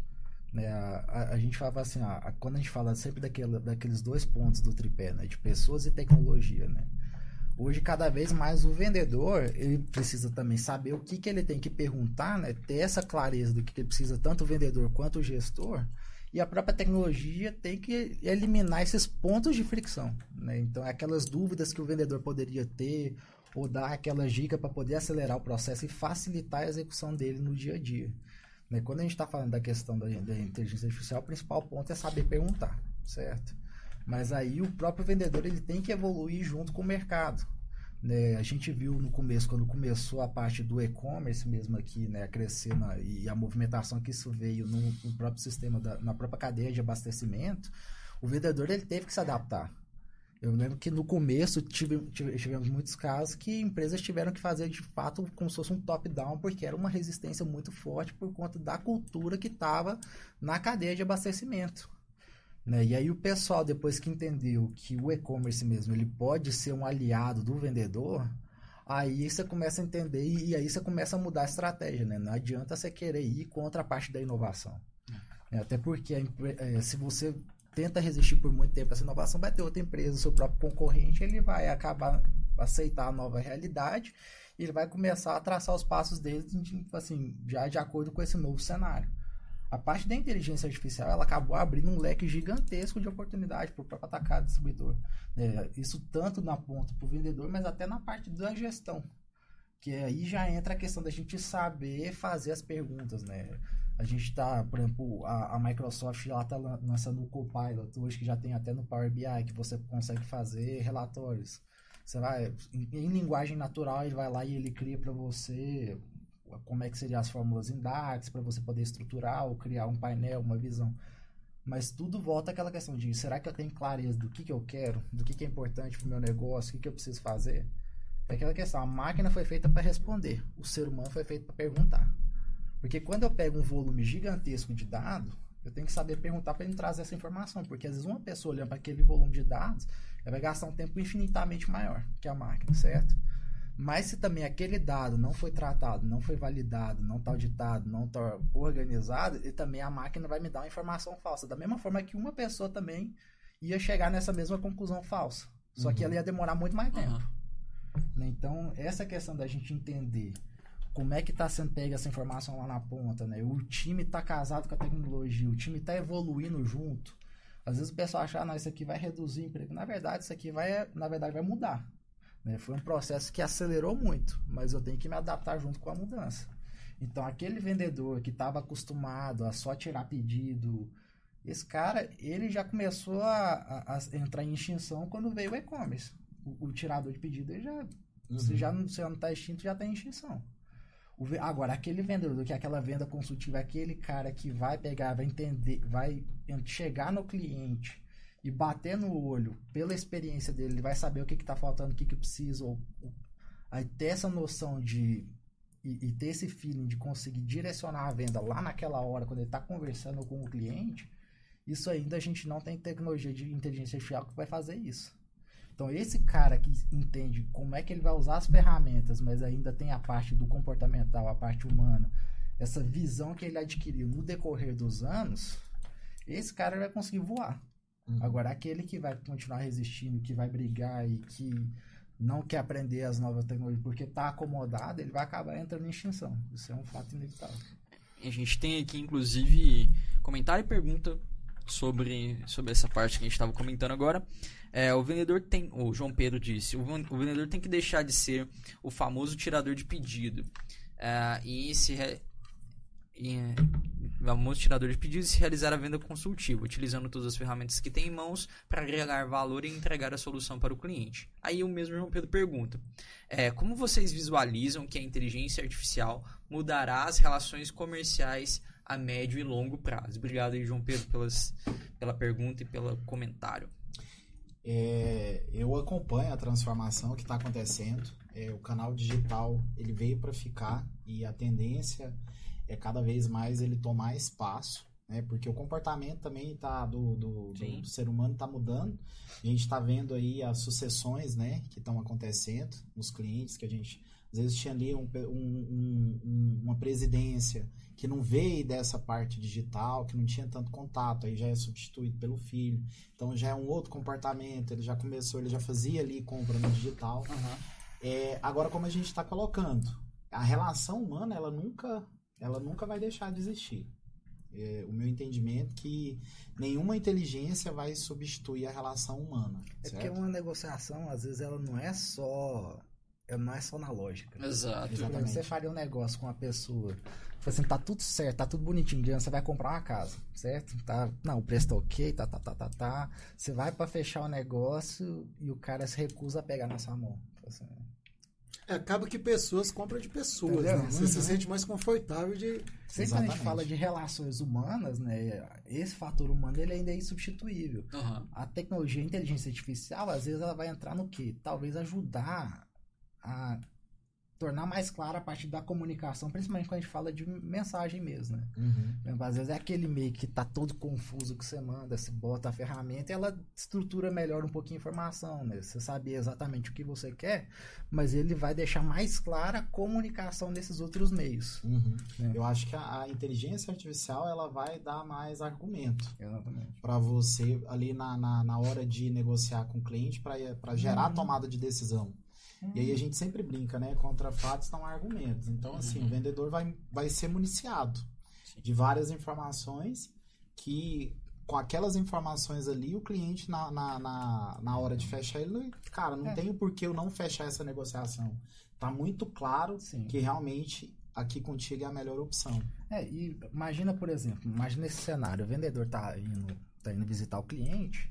Né? A gente fala assim, quando a gente fala sempre daqueles dois pontos do tripé, né? De pessoas e tecnologia, né? Hoje, cada vez mais, o vendedor, ele precisa também saber o que ele tem que perguntar, né? Ter essa clareza do que ele precisa, tanto o vendedor quanto o gestor. E a própria tecnologia tem que eliminar esses pontos de fricção, né? Então, aquelas dúvidas que o vendedor poderia ter, ou dar aquela dica para poder acelerar o processo e facilitar a execução dele no dia a dia. Né? Quando a gente está falando da questão da inteligência artificial, o principal ponto é saber perguntar, certo? Mas aí o próprio vendedor ele tem que evoluir junto com o mercado. Né? A gente viu no começo, quando começou a parte do e-commerce mesmo aqui, né, a crescer e a movimentação que isso veio no próprio sistema, na própria cadeia de abastecimento, o vendedor ele teve que se adaptar. Eu lembro que no começo tivemos muitos casos que empresas tiveram que fazer de fato como se fosse um top-down, porque era uma resistência muito forte por conta da cultura que estava na cadeia de abastecimento. Né? E aí o pessoal, depois que entendeu que o e-commerce mesmo ele pode ser um aliado do vendedor, aí você começa a entender e aí você começa a mudar a estratégia. Né? Não adianta você querer ir contra a parte da inovação. Até porque se você tenta resistir por muito tempo a essa inovação, vai ter outra empresa, seu próprio concorrente, ele vai acabar aceitar a nova realidade e ele vai começar a traçar os passos dele assim, já de acordo com esse novo cenário. A parte da inteligência artificial, ela acabou abrindo um leque gigantesco de oportunidade para o próprio atacado distribuidor. Isso tanto na ponta para o vendedor, mas até na parte da gestão. Que aí já entra a questão da gente saber fazer as perguntas, né? A gente está, por exemplo, a Microsoft já está lançando o Copilot hoje, que já tem até no Power BI, que você consegue fazer relatórios. Você vai, em linguagem natural, ele vai lá e ele cria para você como é que seriam as fórmulas em DAX, para você poder estruturar ou criar um painel, uma visão. Mas tudo volta àquela questão de, será que eu tenho clareza do que eu quero, do que é importante para o meu negócio, o que eu preciso fazer? É aquela questão, a máquina foi feita para responder, o ser humano foi feito para perguntar. Porque quando eu pego um volume gigantesco de dados, eu tenho que saber perguntar para ele trazer essa informação, porque às vezes uma pessoa olhando para aquele volume de dados, ela vai gastar um tempo infinitamente maior que a máquina, certo? Mas se também aquele dado não foi tratado, não foi validado, não está auditado, não está organizado, e também a máquina vai me dar uma informação falsa. Da mesma forma que uma pessoa também ia chegar nessa mesma conclusão falsa. Só que ela ia demorar muito mais tempo. Então, essa questão da gente entender como é que está sendo pega essa informação lá na ponta, né? O time está casado com a tecnologia, o time está evoluindo junto. Às vezes o pessoal acha, não, isso aqui vai reduzir o emprego. Na verdade, isso aqui vai mudar. Né? Foi um processo que acelerou muito, mas eu tenho que me adaptar junto com a mudança. Então, aquele vendedor que estava acostumado a só tirar pedido, esse cara, ele já começou a entrar em extinção quando veio o e-commerce. O tirador de pedido, ele já, se não está extinto, já está em extinção. Agora, aquele vendedor, que é aquela venda consultiva, aquele cara que vai pegar, vai entender, vai chegar no cliente e bater no olho, pela experiência dele, ele vai saber o que está faltando, o que precisa, aí ter essa noção de e ter esse feeling de conseguir direcionar a venda lá naquela hora, quando ele está conversando com o cliente, isso ainda a gente não tem tecnologia de inteligência artificial que vai fazer isso. Então, esse cara que entende como é que ele vai usar as ferramentas, mas ainda tem a parte do comportamental, a parte humana, essa visão que ele adquiriu no decorrer dos anos, esse cara vai conseguir voar. Agora, aquele que vai continuar resistindo, que vai brigar e que não quer aprender as novas tecnologias porque está acomodado, ele vai acabar entrando em extinção. Isso é um fato inevitável. A gente tem aqui, inclusive, comentário e pergunta sobre essa parte que a gente estava comentando agora. O João Pedro disse, o vendedor tem que deixar de ser o famoso tirador de pedido. Vamos tirador de pedidos e realizar a venda consultiva, utilizando todas as ferramentas que tem em mãos para agregar valor e entregar a solução para o cliente. Aí o mesmo João Pedro pergunta, como vocês visualizam que a inteligência artificial mudará as relações comerciais a médio e longo prazo? Obrigado aí, João Pedro, pela pergunta e pelo comentário. Eu acompanho a transformação que está acontecendo. O canal digital ele veio para ficar e a tendência é cada vez mais ele tomar espaço, né? Porque o comportamento também do ser humano está mudando. A gente está vendo aí as sucessões, né, que estão acontecendo nos clientes, que a gente às vezes tinha ali uma presidência que não veio dessa parte digital, que não tinha tanto contato, aí já é substituído pelo filho. Então já é um outro comportamento, ele já fazia ali compra no digital. Agora, como a gente está colocando, a relação humana, ela nunca vai deixar de existir. O meu entendimento é que nenhuma inteligência vai substituir a relação humana. Certo? Porque uma negociação, às vezes, ela não é só na lógica. Exato. Exatamente. Você faria um negócio com uma pessoa, assim, tá tudo certo, tá tudo bonitinho, você vai comprar uma casa, certo? Não, o preço tá ok, tá. Você vai para fechar o negócio e o cara se recusa a pegar na sua mão. Assim, acaba que pessoas compram de pessoas, né? Você se sente mais confortável de... Sempre quando a gente fala de relações humanas, né? Esse fator humano, ele ainda é insubstituível. A tecnologia, a inteligência artificial, às vezes ela vai entrar no quê? Talvez ajudar a tornar mais clara a parte da comunicação, principalmente quando a gente fala de mensagem mesmo, né? Às vezes é aquele meio que tá todo confuso que você manda, você bota a ferramenta e ela estrutura melhor um pouquinho a informação, né? Você sabe exatamente o que você quer, mas ele vai deixar mais clara a comunicação desses outros meios. Né? Eu acho que a inteligência artificial, ela vai dar mais argumento. Exatamente. Para você, ali na hora de negociar com o cliente, para gerar a tomada de decisão. E aí a gente sempre brinca, né? Contra fatos estão argumentos. Então, assim, o vendedor vai ser municiado de várias informações que, com aquelas informações ali, o cliente, na hora de fechar, ele, cara, não tem o porquê eu não fechar essa negociação. Tá muito claro que realmente aqui contigo é a melhor opção. E imagina, por exemplo, esse cenário, o vendedor tá indo visitar o cliente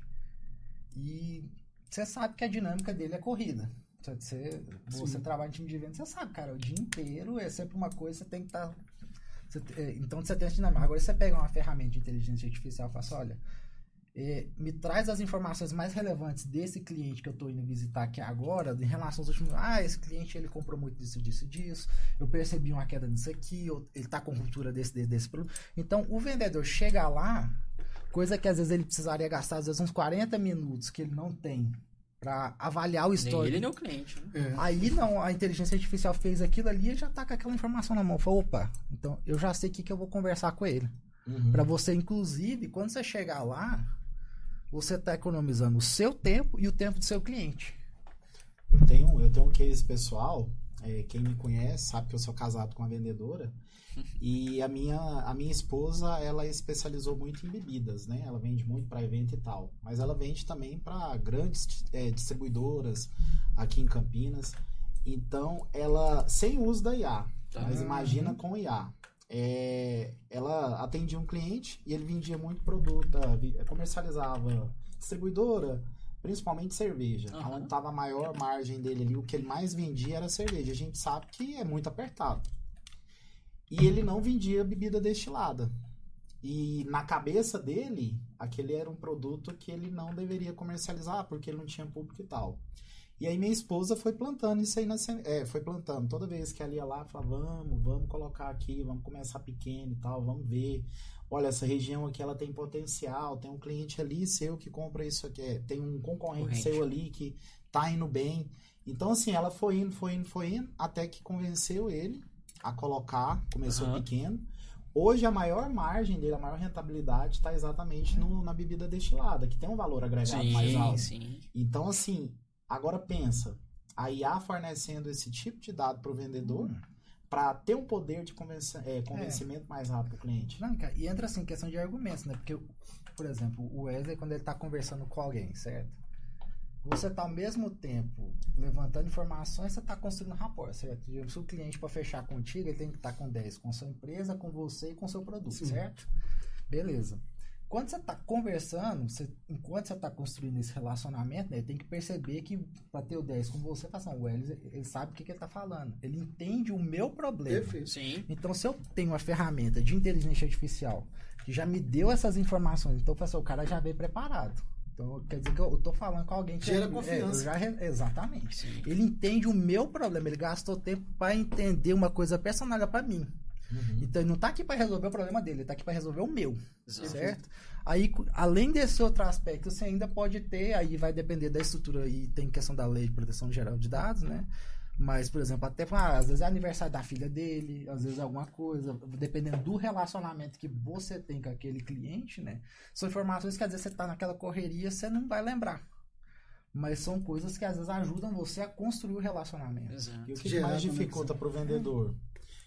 e você sabe que a dinâmica dele é corrida. Você trabalha em time de venda, você sabe, cara, o dia inteiro é sempre uma coisa, você tem que estar... Então você tem essa dinâmica. Agora você pega uma ferramenta de inteligência artificial e fala assim, olha, me traz as informações mais relevantes desse cliente que eu estou indo visitar aqui agora, em relação aos últimos... esse cliente, ele comprou muito disso, eu percebi uma queda nisso aqui, ele está com cultura desse produto. Então, o vendedor chega lá, coisa que às vezes ele precisaria gastar, às vezes uns 40 minutos que ele não tem para avaliar o histórico. Nem ele nem o cliente, né? Aí não, a inteligência artificial fez aquilo ali e já tá com aquela informação na mão. Falou, opa, então eu já sei o que eu vou conversar com ele. Para você, inclusive, quando você chegar lá, você tá economizando o seu tempo e o tempo do seu cliente. Eu tenho um case pessoal, quem me conhece sabe que eu sou casado com uma vendedora. E a minha esposa, ela especializou muito em bebidas, né? Ela vende muito para evento e tal. Mas ela vende também para grandes distribuidoras aqui em Campinas. Então, ela, sem uso da IA, mas imagina com IA. Ela atendia um cliente e ele vendia muito produto, comercializava distribuidora, principalmente cerveja. Onde estava a maior margem dele ali, o que ele mais vendia era cerveja. A gente sabe que é muito apertado. E ele não vendia bebida destilada. E na cabeça dele, aquele era um produto que ele não deveria comercializar, porque ele não tinha público e tal. E aí minha esposa foi plantando isso aí, foi plantando. Toda vez que ela ia lá, falava, vamos colocar aqui, vamos começar pequeno e tal, vamos ver. Olha, essa região aqui, ela tem potencial, tem um cliente ali seu que compra isso aqui, tem um concorrente seu ali que tá indo bem. Então, assim, ela foi indo, até que convenceu ele a colocar, começou pequeno. Hoje a maior margem dele, a maior rentabilidade está exatamente na bebida destilada, que tem um valor agregado mais alto. Sim. Então, assim, agora pensa, a IA fornecendo esse tipo de dado para o vendedor para ter um poder de convencimento mais rápido do cliente. Não, cara, e entra assim, questão de argumentos, né? Porque, por exemplo, o Wesley, quando ele está conversando com alguém, certo? Você está ao mesmo tempo levantando informações, você está construindo rapport, certo? Se o cliente para fechar contigo, ele tem que estar com 10, com a sua empresa, com você e com o seu produto, certo? Beleza. Quando você está conversando, enquanto você está construindo esse relacionamento, né, tem que perceber que para ter o 10 com você, o ele sabe o que ele está falando. Ele entende o meu problema. Perfeito. Sim. Então, se eu tenho uma ferramenta de inteligência artificial que já me deu essas informações, então o cara já veio preparado. Então, quer dizer que eu tô falando com alguém que... Gera confiança. Exatamente. Sim. Ele entende o meu problema. Ele gastou tempo para entender uma coisa personalizada para mim. Então, ele não tá aqui para resolver o problema dele. Ele tá aqui para resolver o meu. Exato. Certo? Aí, além desse outro aspecto, você ainda pode ter... Aí vai depender da estrutura. E tem questão da Lei de Proteção Geral de Dados, né? Mas, por exemplo, até às vezes é aniversário da filha dele, às vezes é alguma coisa, dependendo do relacionamento que você tem com aquele cliente, né? São informações que às vezes você tá naquela correria, você não vai lembrar. Mas são coisas que às vezes ajudam você a construir o relacionamento. Exato. E o que mais dificulta para o vendedor?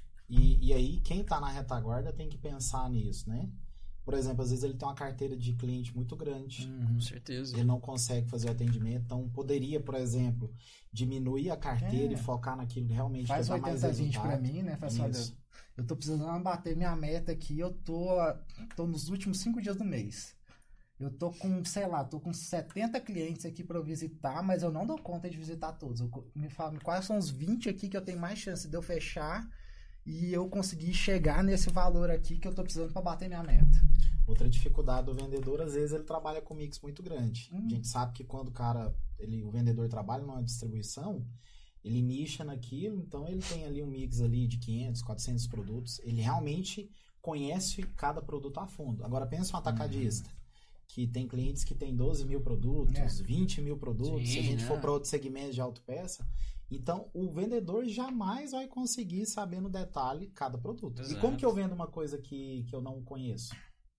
E aí, quem está na retaguarda tem que pensar nisso, né? Por exemplo, às vezes ele tem uma carteira de cliente muito grande. Com certeza. Ele não consegue fazer o atendimento. Então, poderia, por exemplo, diminuir a carteira e focar naquilo que realmente faz vai dar mais 80-20 para resultado. mim, né? Faz olha, eu tô precisando bater minha meta aqui. Eu tô nos últimos 5 dias do mês. Eu tô com, tô com 70 clientes aqui para eu visitar, mas eu não dou conta de visitar todos. Me fala quais são os 20 aqui que eu tenho mais chance de eu fechar e eu conseguir chegar nesse valor aqui que eu tô precisando para bater minha meta. Outra dificuldade do vendedor, às vezes ele trabalha com mix muito grande. A gente sabe que quando o vendedor trabalha numa distribuição, ele nicha naquilo, então ele tem ali um mix ali de 500, 400 produtos. Ele realmente conhece cada produto a fundo. Agora pensa um atacadista, que tem clientes que tem 12 mil produtos, 20 mil produtos. Se a gente for para outros segmentos de autopeça, então o vendedor jamais vai conseguir saber no detalhe cada produto. Exato. E como que eu vendo uma coisa que eu não conheço?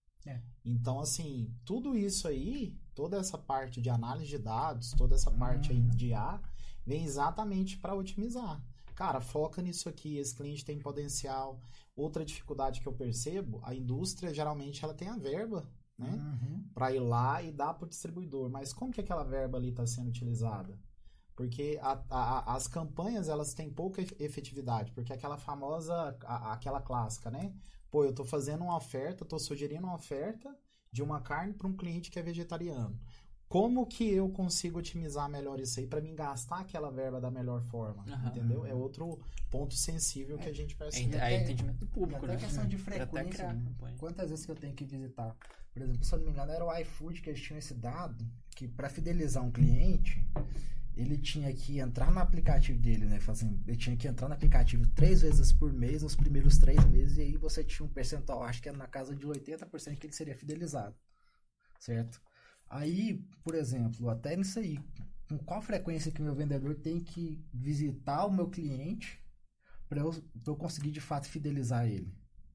Então, assim, tudo isso aí, toda essa parte de análise de dados, toda essa parte aí de IA, vem exatamente para otimizar. Cara, foca nisso aqui, esse cliente tem potencial. Outra dificuldade que eu percebo, a indústria, geralmente, ela tem a verba, né? Para ir lá e dar para o distribuidor. Mas como que aquela verba ali está sendo utilizada? Porque as campanhas, elas têm pouca efetividade, porque aquela famosa, aquela clássica, né? Pô, eu tô fazendo uma oferta, tô sugerindo uma oferta de uma carne para um cliente que é vegetariano. Como que eu consigo otimizar melhor isso aí para mim gastar aquela verba da melhor forma? Entendeu? É outro ponto sensível que a gente percebe. É entendimento do público, até né? questão de frequência. Né? Quantas vezes que eu tenho que visitar? Por exemplo, se eu não me engano, era o iFood que eles tinham esse dado, que para fidelizar um cliente, ele tinha que entrar no aplicativo dele, né? Ele tinha que entrar no aplicativo 3 vezes por mês, nos primeiros 3 meses, e aí você tinha um percentual, acho que era na casa de 80% que ele seria fidelizado, certo? Aí, por exemplo, até nisso aí, com qual frequência que o meu vendedor tem que visitar o meu cliente para eu conseguir, de fato, fidelizar ele?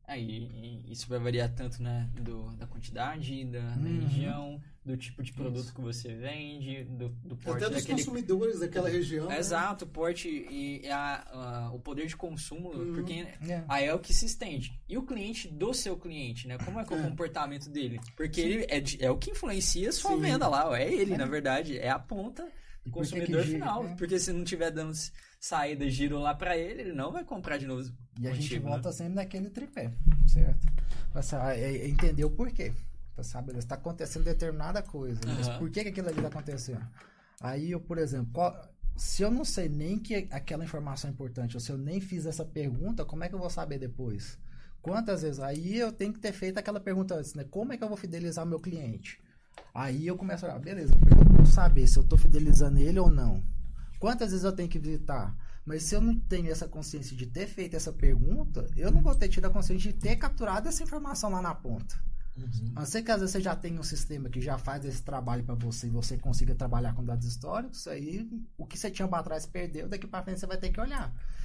Aí isso vai variar tanto, né, da quantidade, da região, do tipo de produto que você vende, do porte até dos consumidores daquela região. Exato, o porte e o poder de consumo, porque aí é o que se estende. E o cliente do seu cliente, né? Como é que é o comportamento dele? Porque ele é o que influencia a sua venda lá, é ele, na verdade, é a ponta do consumidor final. Porque se não tiver dando saída, giro lá pra ele não vai comprar de novo. E a gente volta sempre naquele tripé, certo? Entender o porquê. Sabe, está acontecendo determinada coisa, mas por que aquilo ali está acontecendo? Aí eu, por exemplo, se eu não sei nem que aquela informação é importante, ou se eu nem fiz essa pergunta, como é que eu vou saber depois? Quantas vezes? Aí eu tenho que ter feito aquela pergunta antes, né? Como é que eu vou fidelizar o meu cliente? Aí eu começo a olhar, beleza, eu vou saber se eu estou fidelizando ele ou não. Quantas vezes eu tenho que visitar? Mas se eu não tenho essa consciência de ter feito essa pergunta, eu não vou ter tido a consciência de ter capturado essa informação lá na ponta. A não ser que às vezes você já tem um sistema que já faz esse trabalho para você e você consiga trabalhar com dados históricos, aí o que você tinha para trás perdeu, daqui para frente você vai ter que olhar.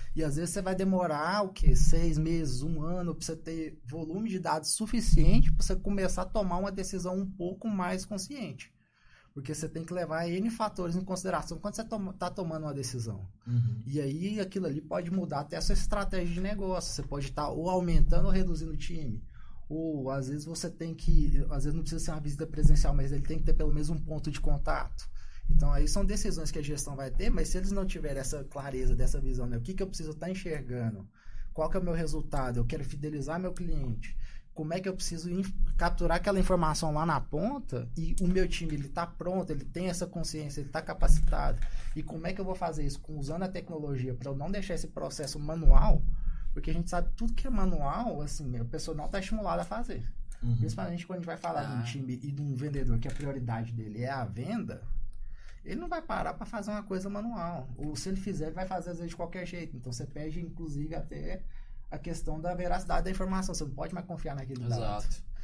E às vezes você vai demorar, 6 meses, 1 ano, para você ter volume de dados suficiente para você começar a tomar uma decisão um pouco mais consciente. Porque você tem que levar N fatores em consideração quando você está tomando uma decisão. E aí aquilo ali pode mudar até a sua estratégia de negócio. Você pode estar ou aumentando ou reduzindo o time. Ou às vezes você tem que... Às vezes não precisa ser uma visita presencial, mas ele tem que ter pelo menos um ponto de contato. Então aí são decisões que a gestão vai ter, mas se eles não tiverem essa clareza dessa visão, né? O que eu preciso estar enxergando? Qual que é o meu resultado? Eu quero fidelizar meu cliente. Como é que eu preciso capturar aquela informação lá na ponta e o meu time ele está pronto, ele tem essa consciência, ele está capacitado. E como é que eu vou fazer isso? Usando a tecnologia para eu não deixar esse processo manual, porque a gente sabe tudo que é manual, assim, a pessoa não está estimulada a fazer. Principalmente quando a gente vai falar de um time e de um vendedor que a prioridade dele é a venda, ele não vai parar para fazer uma coisa manual. Ou se ele fizer, ele vai fazer às vezes de qualquer jeito. Então você perde, inclusive, até a questão da veracidade da informação. Você não pode mais confiar naquele dado.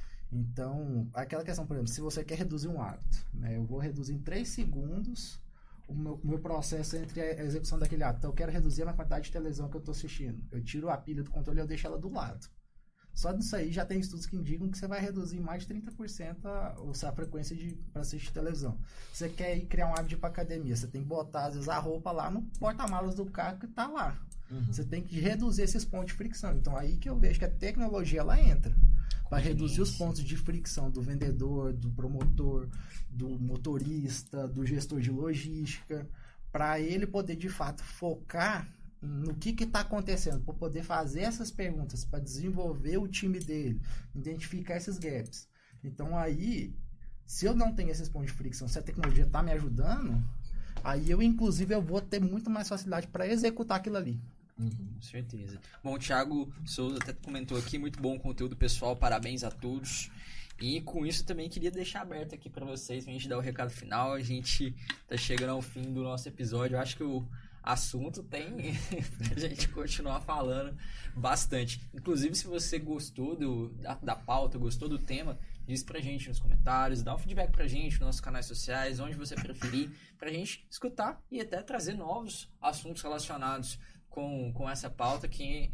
Então, aquela questão, por exemplo, se você quer reduzir um hábito, né, eu vou reduzir em 3 segundos o meu processo entre a execução daquele hábito. Então, eu quero reduzir a quantidade de televisão que eu estou assistindo. Eu tiro a pilha do controle e eu deixo ela do lado. Só disso aí já tem estudos que indicam que você vai reduzir mais de 30% a frequência para assistir televisão. Você quer ir criar um hábito de ir para academia, você tem que botar, às vezes, a roupa lá no porta-malas do carro que está lá. Você tem que reduzir esses pontos de fricção. Então, aí que eu vejo que a tecnologia ela entra para reduzir os pontos de fricção do vendedor, do promotor, do motorista, do gestor de logística, para ele poder, de fato, focar no que está acontecendo, para poder fazer essas perguntas, para desenvolver o time dele, identificar esses gaps. Então, aí, se eu não tenho esses pontos de fricção, se a tecnologia está me ajudando, aí inclusive, eu vou ter muito mais facilidade para executar aquilo ali. Com certeza. Bom, o Thiago Souza até comentou aqui, muito bom o conteúdo, pessoal, parabéns a todos. E com isso também queria deixar aberto aqui para vocês, pra gente dar o recado final. A gente tá chegando ao fim do nosso episódio, eu acho que o assunto tem pra gente continuar falando bastante. Inclusive, se você gostou da pauta, gostou do tema, diz pra gente nos comentários, dá um feedback pra gente nos nossos canais sociais, onde você preferir, pra gente escutar e até trazer novos assuntos relacionados com essa pauta que,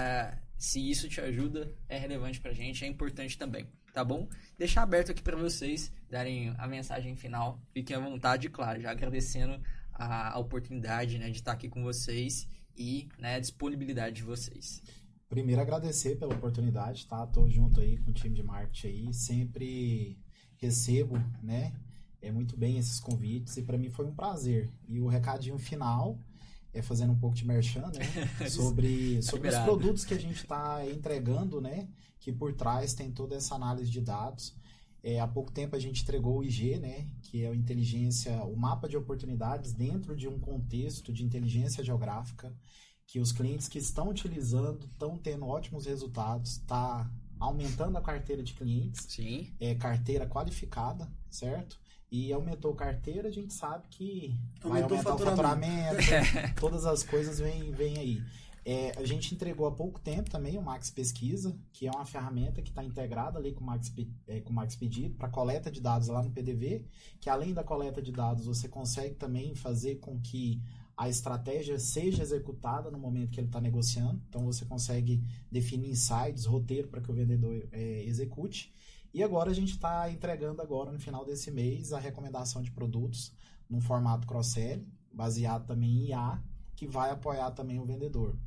se isso te ajuda, é relevante pra gente, é importante também, tá bom? Deixar aberto aqui pra vocês darem a mensagem final, fiquem à vontade, claro, já agradecendo a oportunidade, né, de estar aqui com vocês e, né, a disponibilidade de vocês. Primeiro, agradecer pela oportunidade, tá? Tô junto aí com o time de marketing aí, sempre recebo, né, muito bem esses convites e para mim foi um prazer. E o recadinho final fazendo um pouco de merchan, né, sobre os produtos que a gente está entregando, né, que por trás tem toda essa análise de dados. Há pouco tempo a gente entregou o IG, né, que é o mapa de oportunidades dentro de um contexto de inteligência geográfica, que os clientes que estão utilizando estão tendo ótimos resultados, está aumentando a carteira de clientes, Sim. Carteira qualificada, certo? E aumentou carteira, a gente sabe que vai aumentar o faturamento, todas as coisas vêm aí. A gente entregou há pouco tempo também o Max Pesquisa, que é uma ferramenta que está integrada ali com o Max Pedido para coleta de dados lá no PDV, que além da coleta de dados você consegue também fazer com que a estratégia seja executada no momento que ele está negociando. Então você consegue definir insights, roteiro para que o vendedor execute. E agora a gente está entregando agora no final desse mês a recomendação de produtos num formato cross-sell, baseado também em IA, que vai apoiar também o vendedor.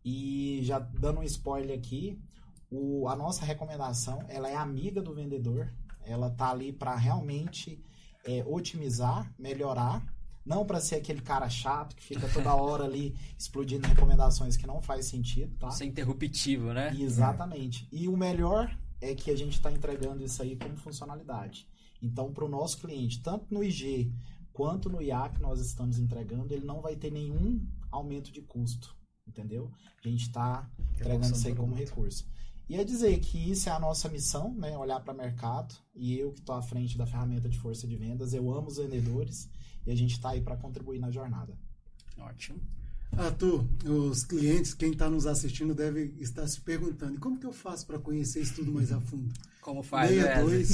E já dando um spoiler aqui, a nossa recomendação ela é amiga do vendedor, ela está ali para realmente otimizar, melhorar, não para ser aquele cara chato que fica toda hora ali explodindo recomendações que não faz sentido, tá? Isso é interruptivo, né? Exatamente. E o melhor é que a gente está entregando isso aí como funcionalidade. Então, para o nosso cliente, tanto no IG quanto no IA que nós estamos entregando, ele não vai ter nenhum aumento de custo, entendeu? A gente está entregando isso aí como recurso. E é dizer que isso é a nossa missão, né? Olhar para o mercado, e eu que estou à frente da ferramenta de força de vendas, eu amo os vendedores, e a gente está aí para contribuir na jornada. Ótimo. Arthur, os clientes, quem está nos assistindo deve estar se perguntando, e como que eu faço para conhecer isso tudo mais a fundo? Como faz, 62.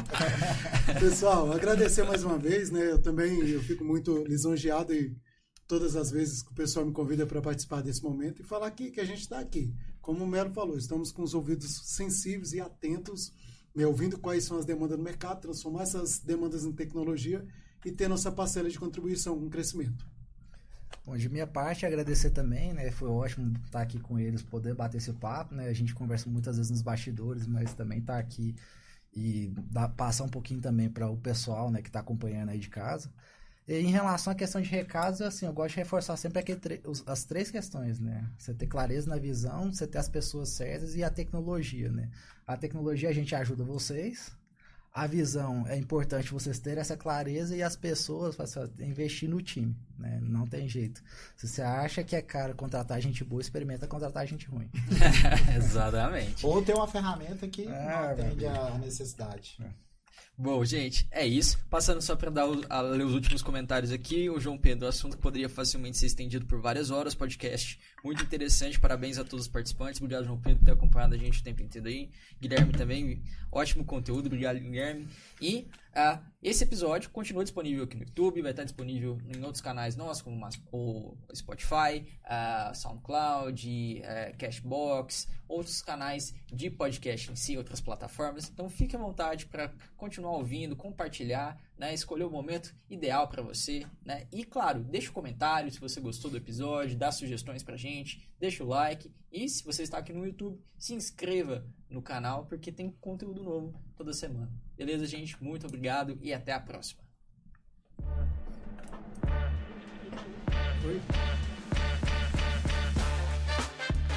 Pessoal, agradecer mais uma vez, né? Eu fico muito lisonjeado e todas as vezes que o pessoal me convida para participar desse momento e falar aqui que a gente está aqui. Como o Melo falou, estamos com os ouvidos sensíveis e atentos, né, ouvindo quais são as demandas do mercado, transformar essas demandas em tecnologia e ter nossa parcela de contribuição com o crescimento. Bom, de minha parte, agradecer também, né? Foi ótimo estar aqui com eles, poder bater esse papo, né? A gente conversa muitas vezes nos bastidores, mas também estar aqui e passar um pouquinho também para o pessoal, né, que está acompanhando aí de casa. E em relação à questão de recados, assim, eu gosto de reforçar sempre as 3 questões, né? Você ter clareza na visão, você ter as pessoas certas e a tecnologia, né? A tecnologia a gente ajuda vocês, a visão é importante vocês terem essa clareza e as pessoas investir no time, né? Não tem jeito. Se você acha que é caro contratar gente boa, experimenta contratar gente ruim. Exatamente. Ou ter uma ferramenta que não atende a necessidade. Bom, gente, é isso. Passando só para ler os últimos comentários aqui, o João Pedro, assunto que poderia facilmente ser estendido por várias horas, podcast muito interessante, parabéns a todos os participantes, obrigado, João Pedro, por ter acompanhado a gente o tempo inteiro aí, Guilherme também, ótimo conteúdo, obrigado, Guilherme, e esse episódio continua disponível aqui no YouTube, vai estar disponível em outros canais nossos, como o Spotify, SoundCloud, Cashbox, outros canais de podcast em si, outras plataformas. Então fique à vontade para continuar ouvindo, compartilhar, né, escolher o momento ideal para você, né? E claro, deixa um comentário se você gostou do episódio, dá sugestões pra gente, deixa o like e se você está aqui no YouTube, se inscreva no canal porque tem conteúdo novo toda semana. Beleza, gente? Muito obrigado e até a próxima. Oi.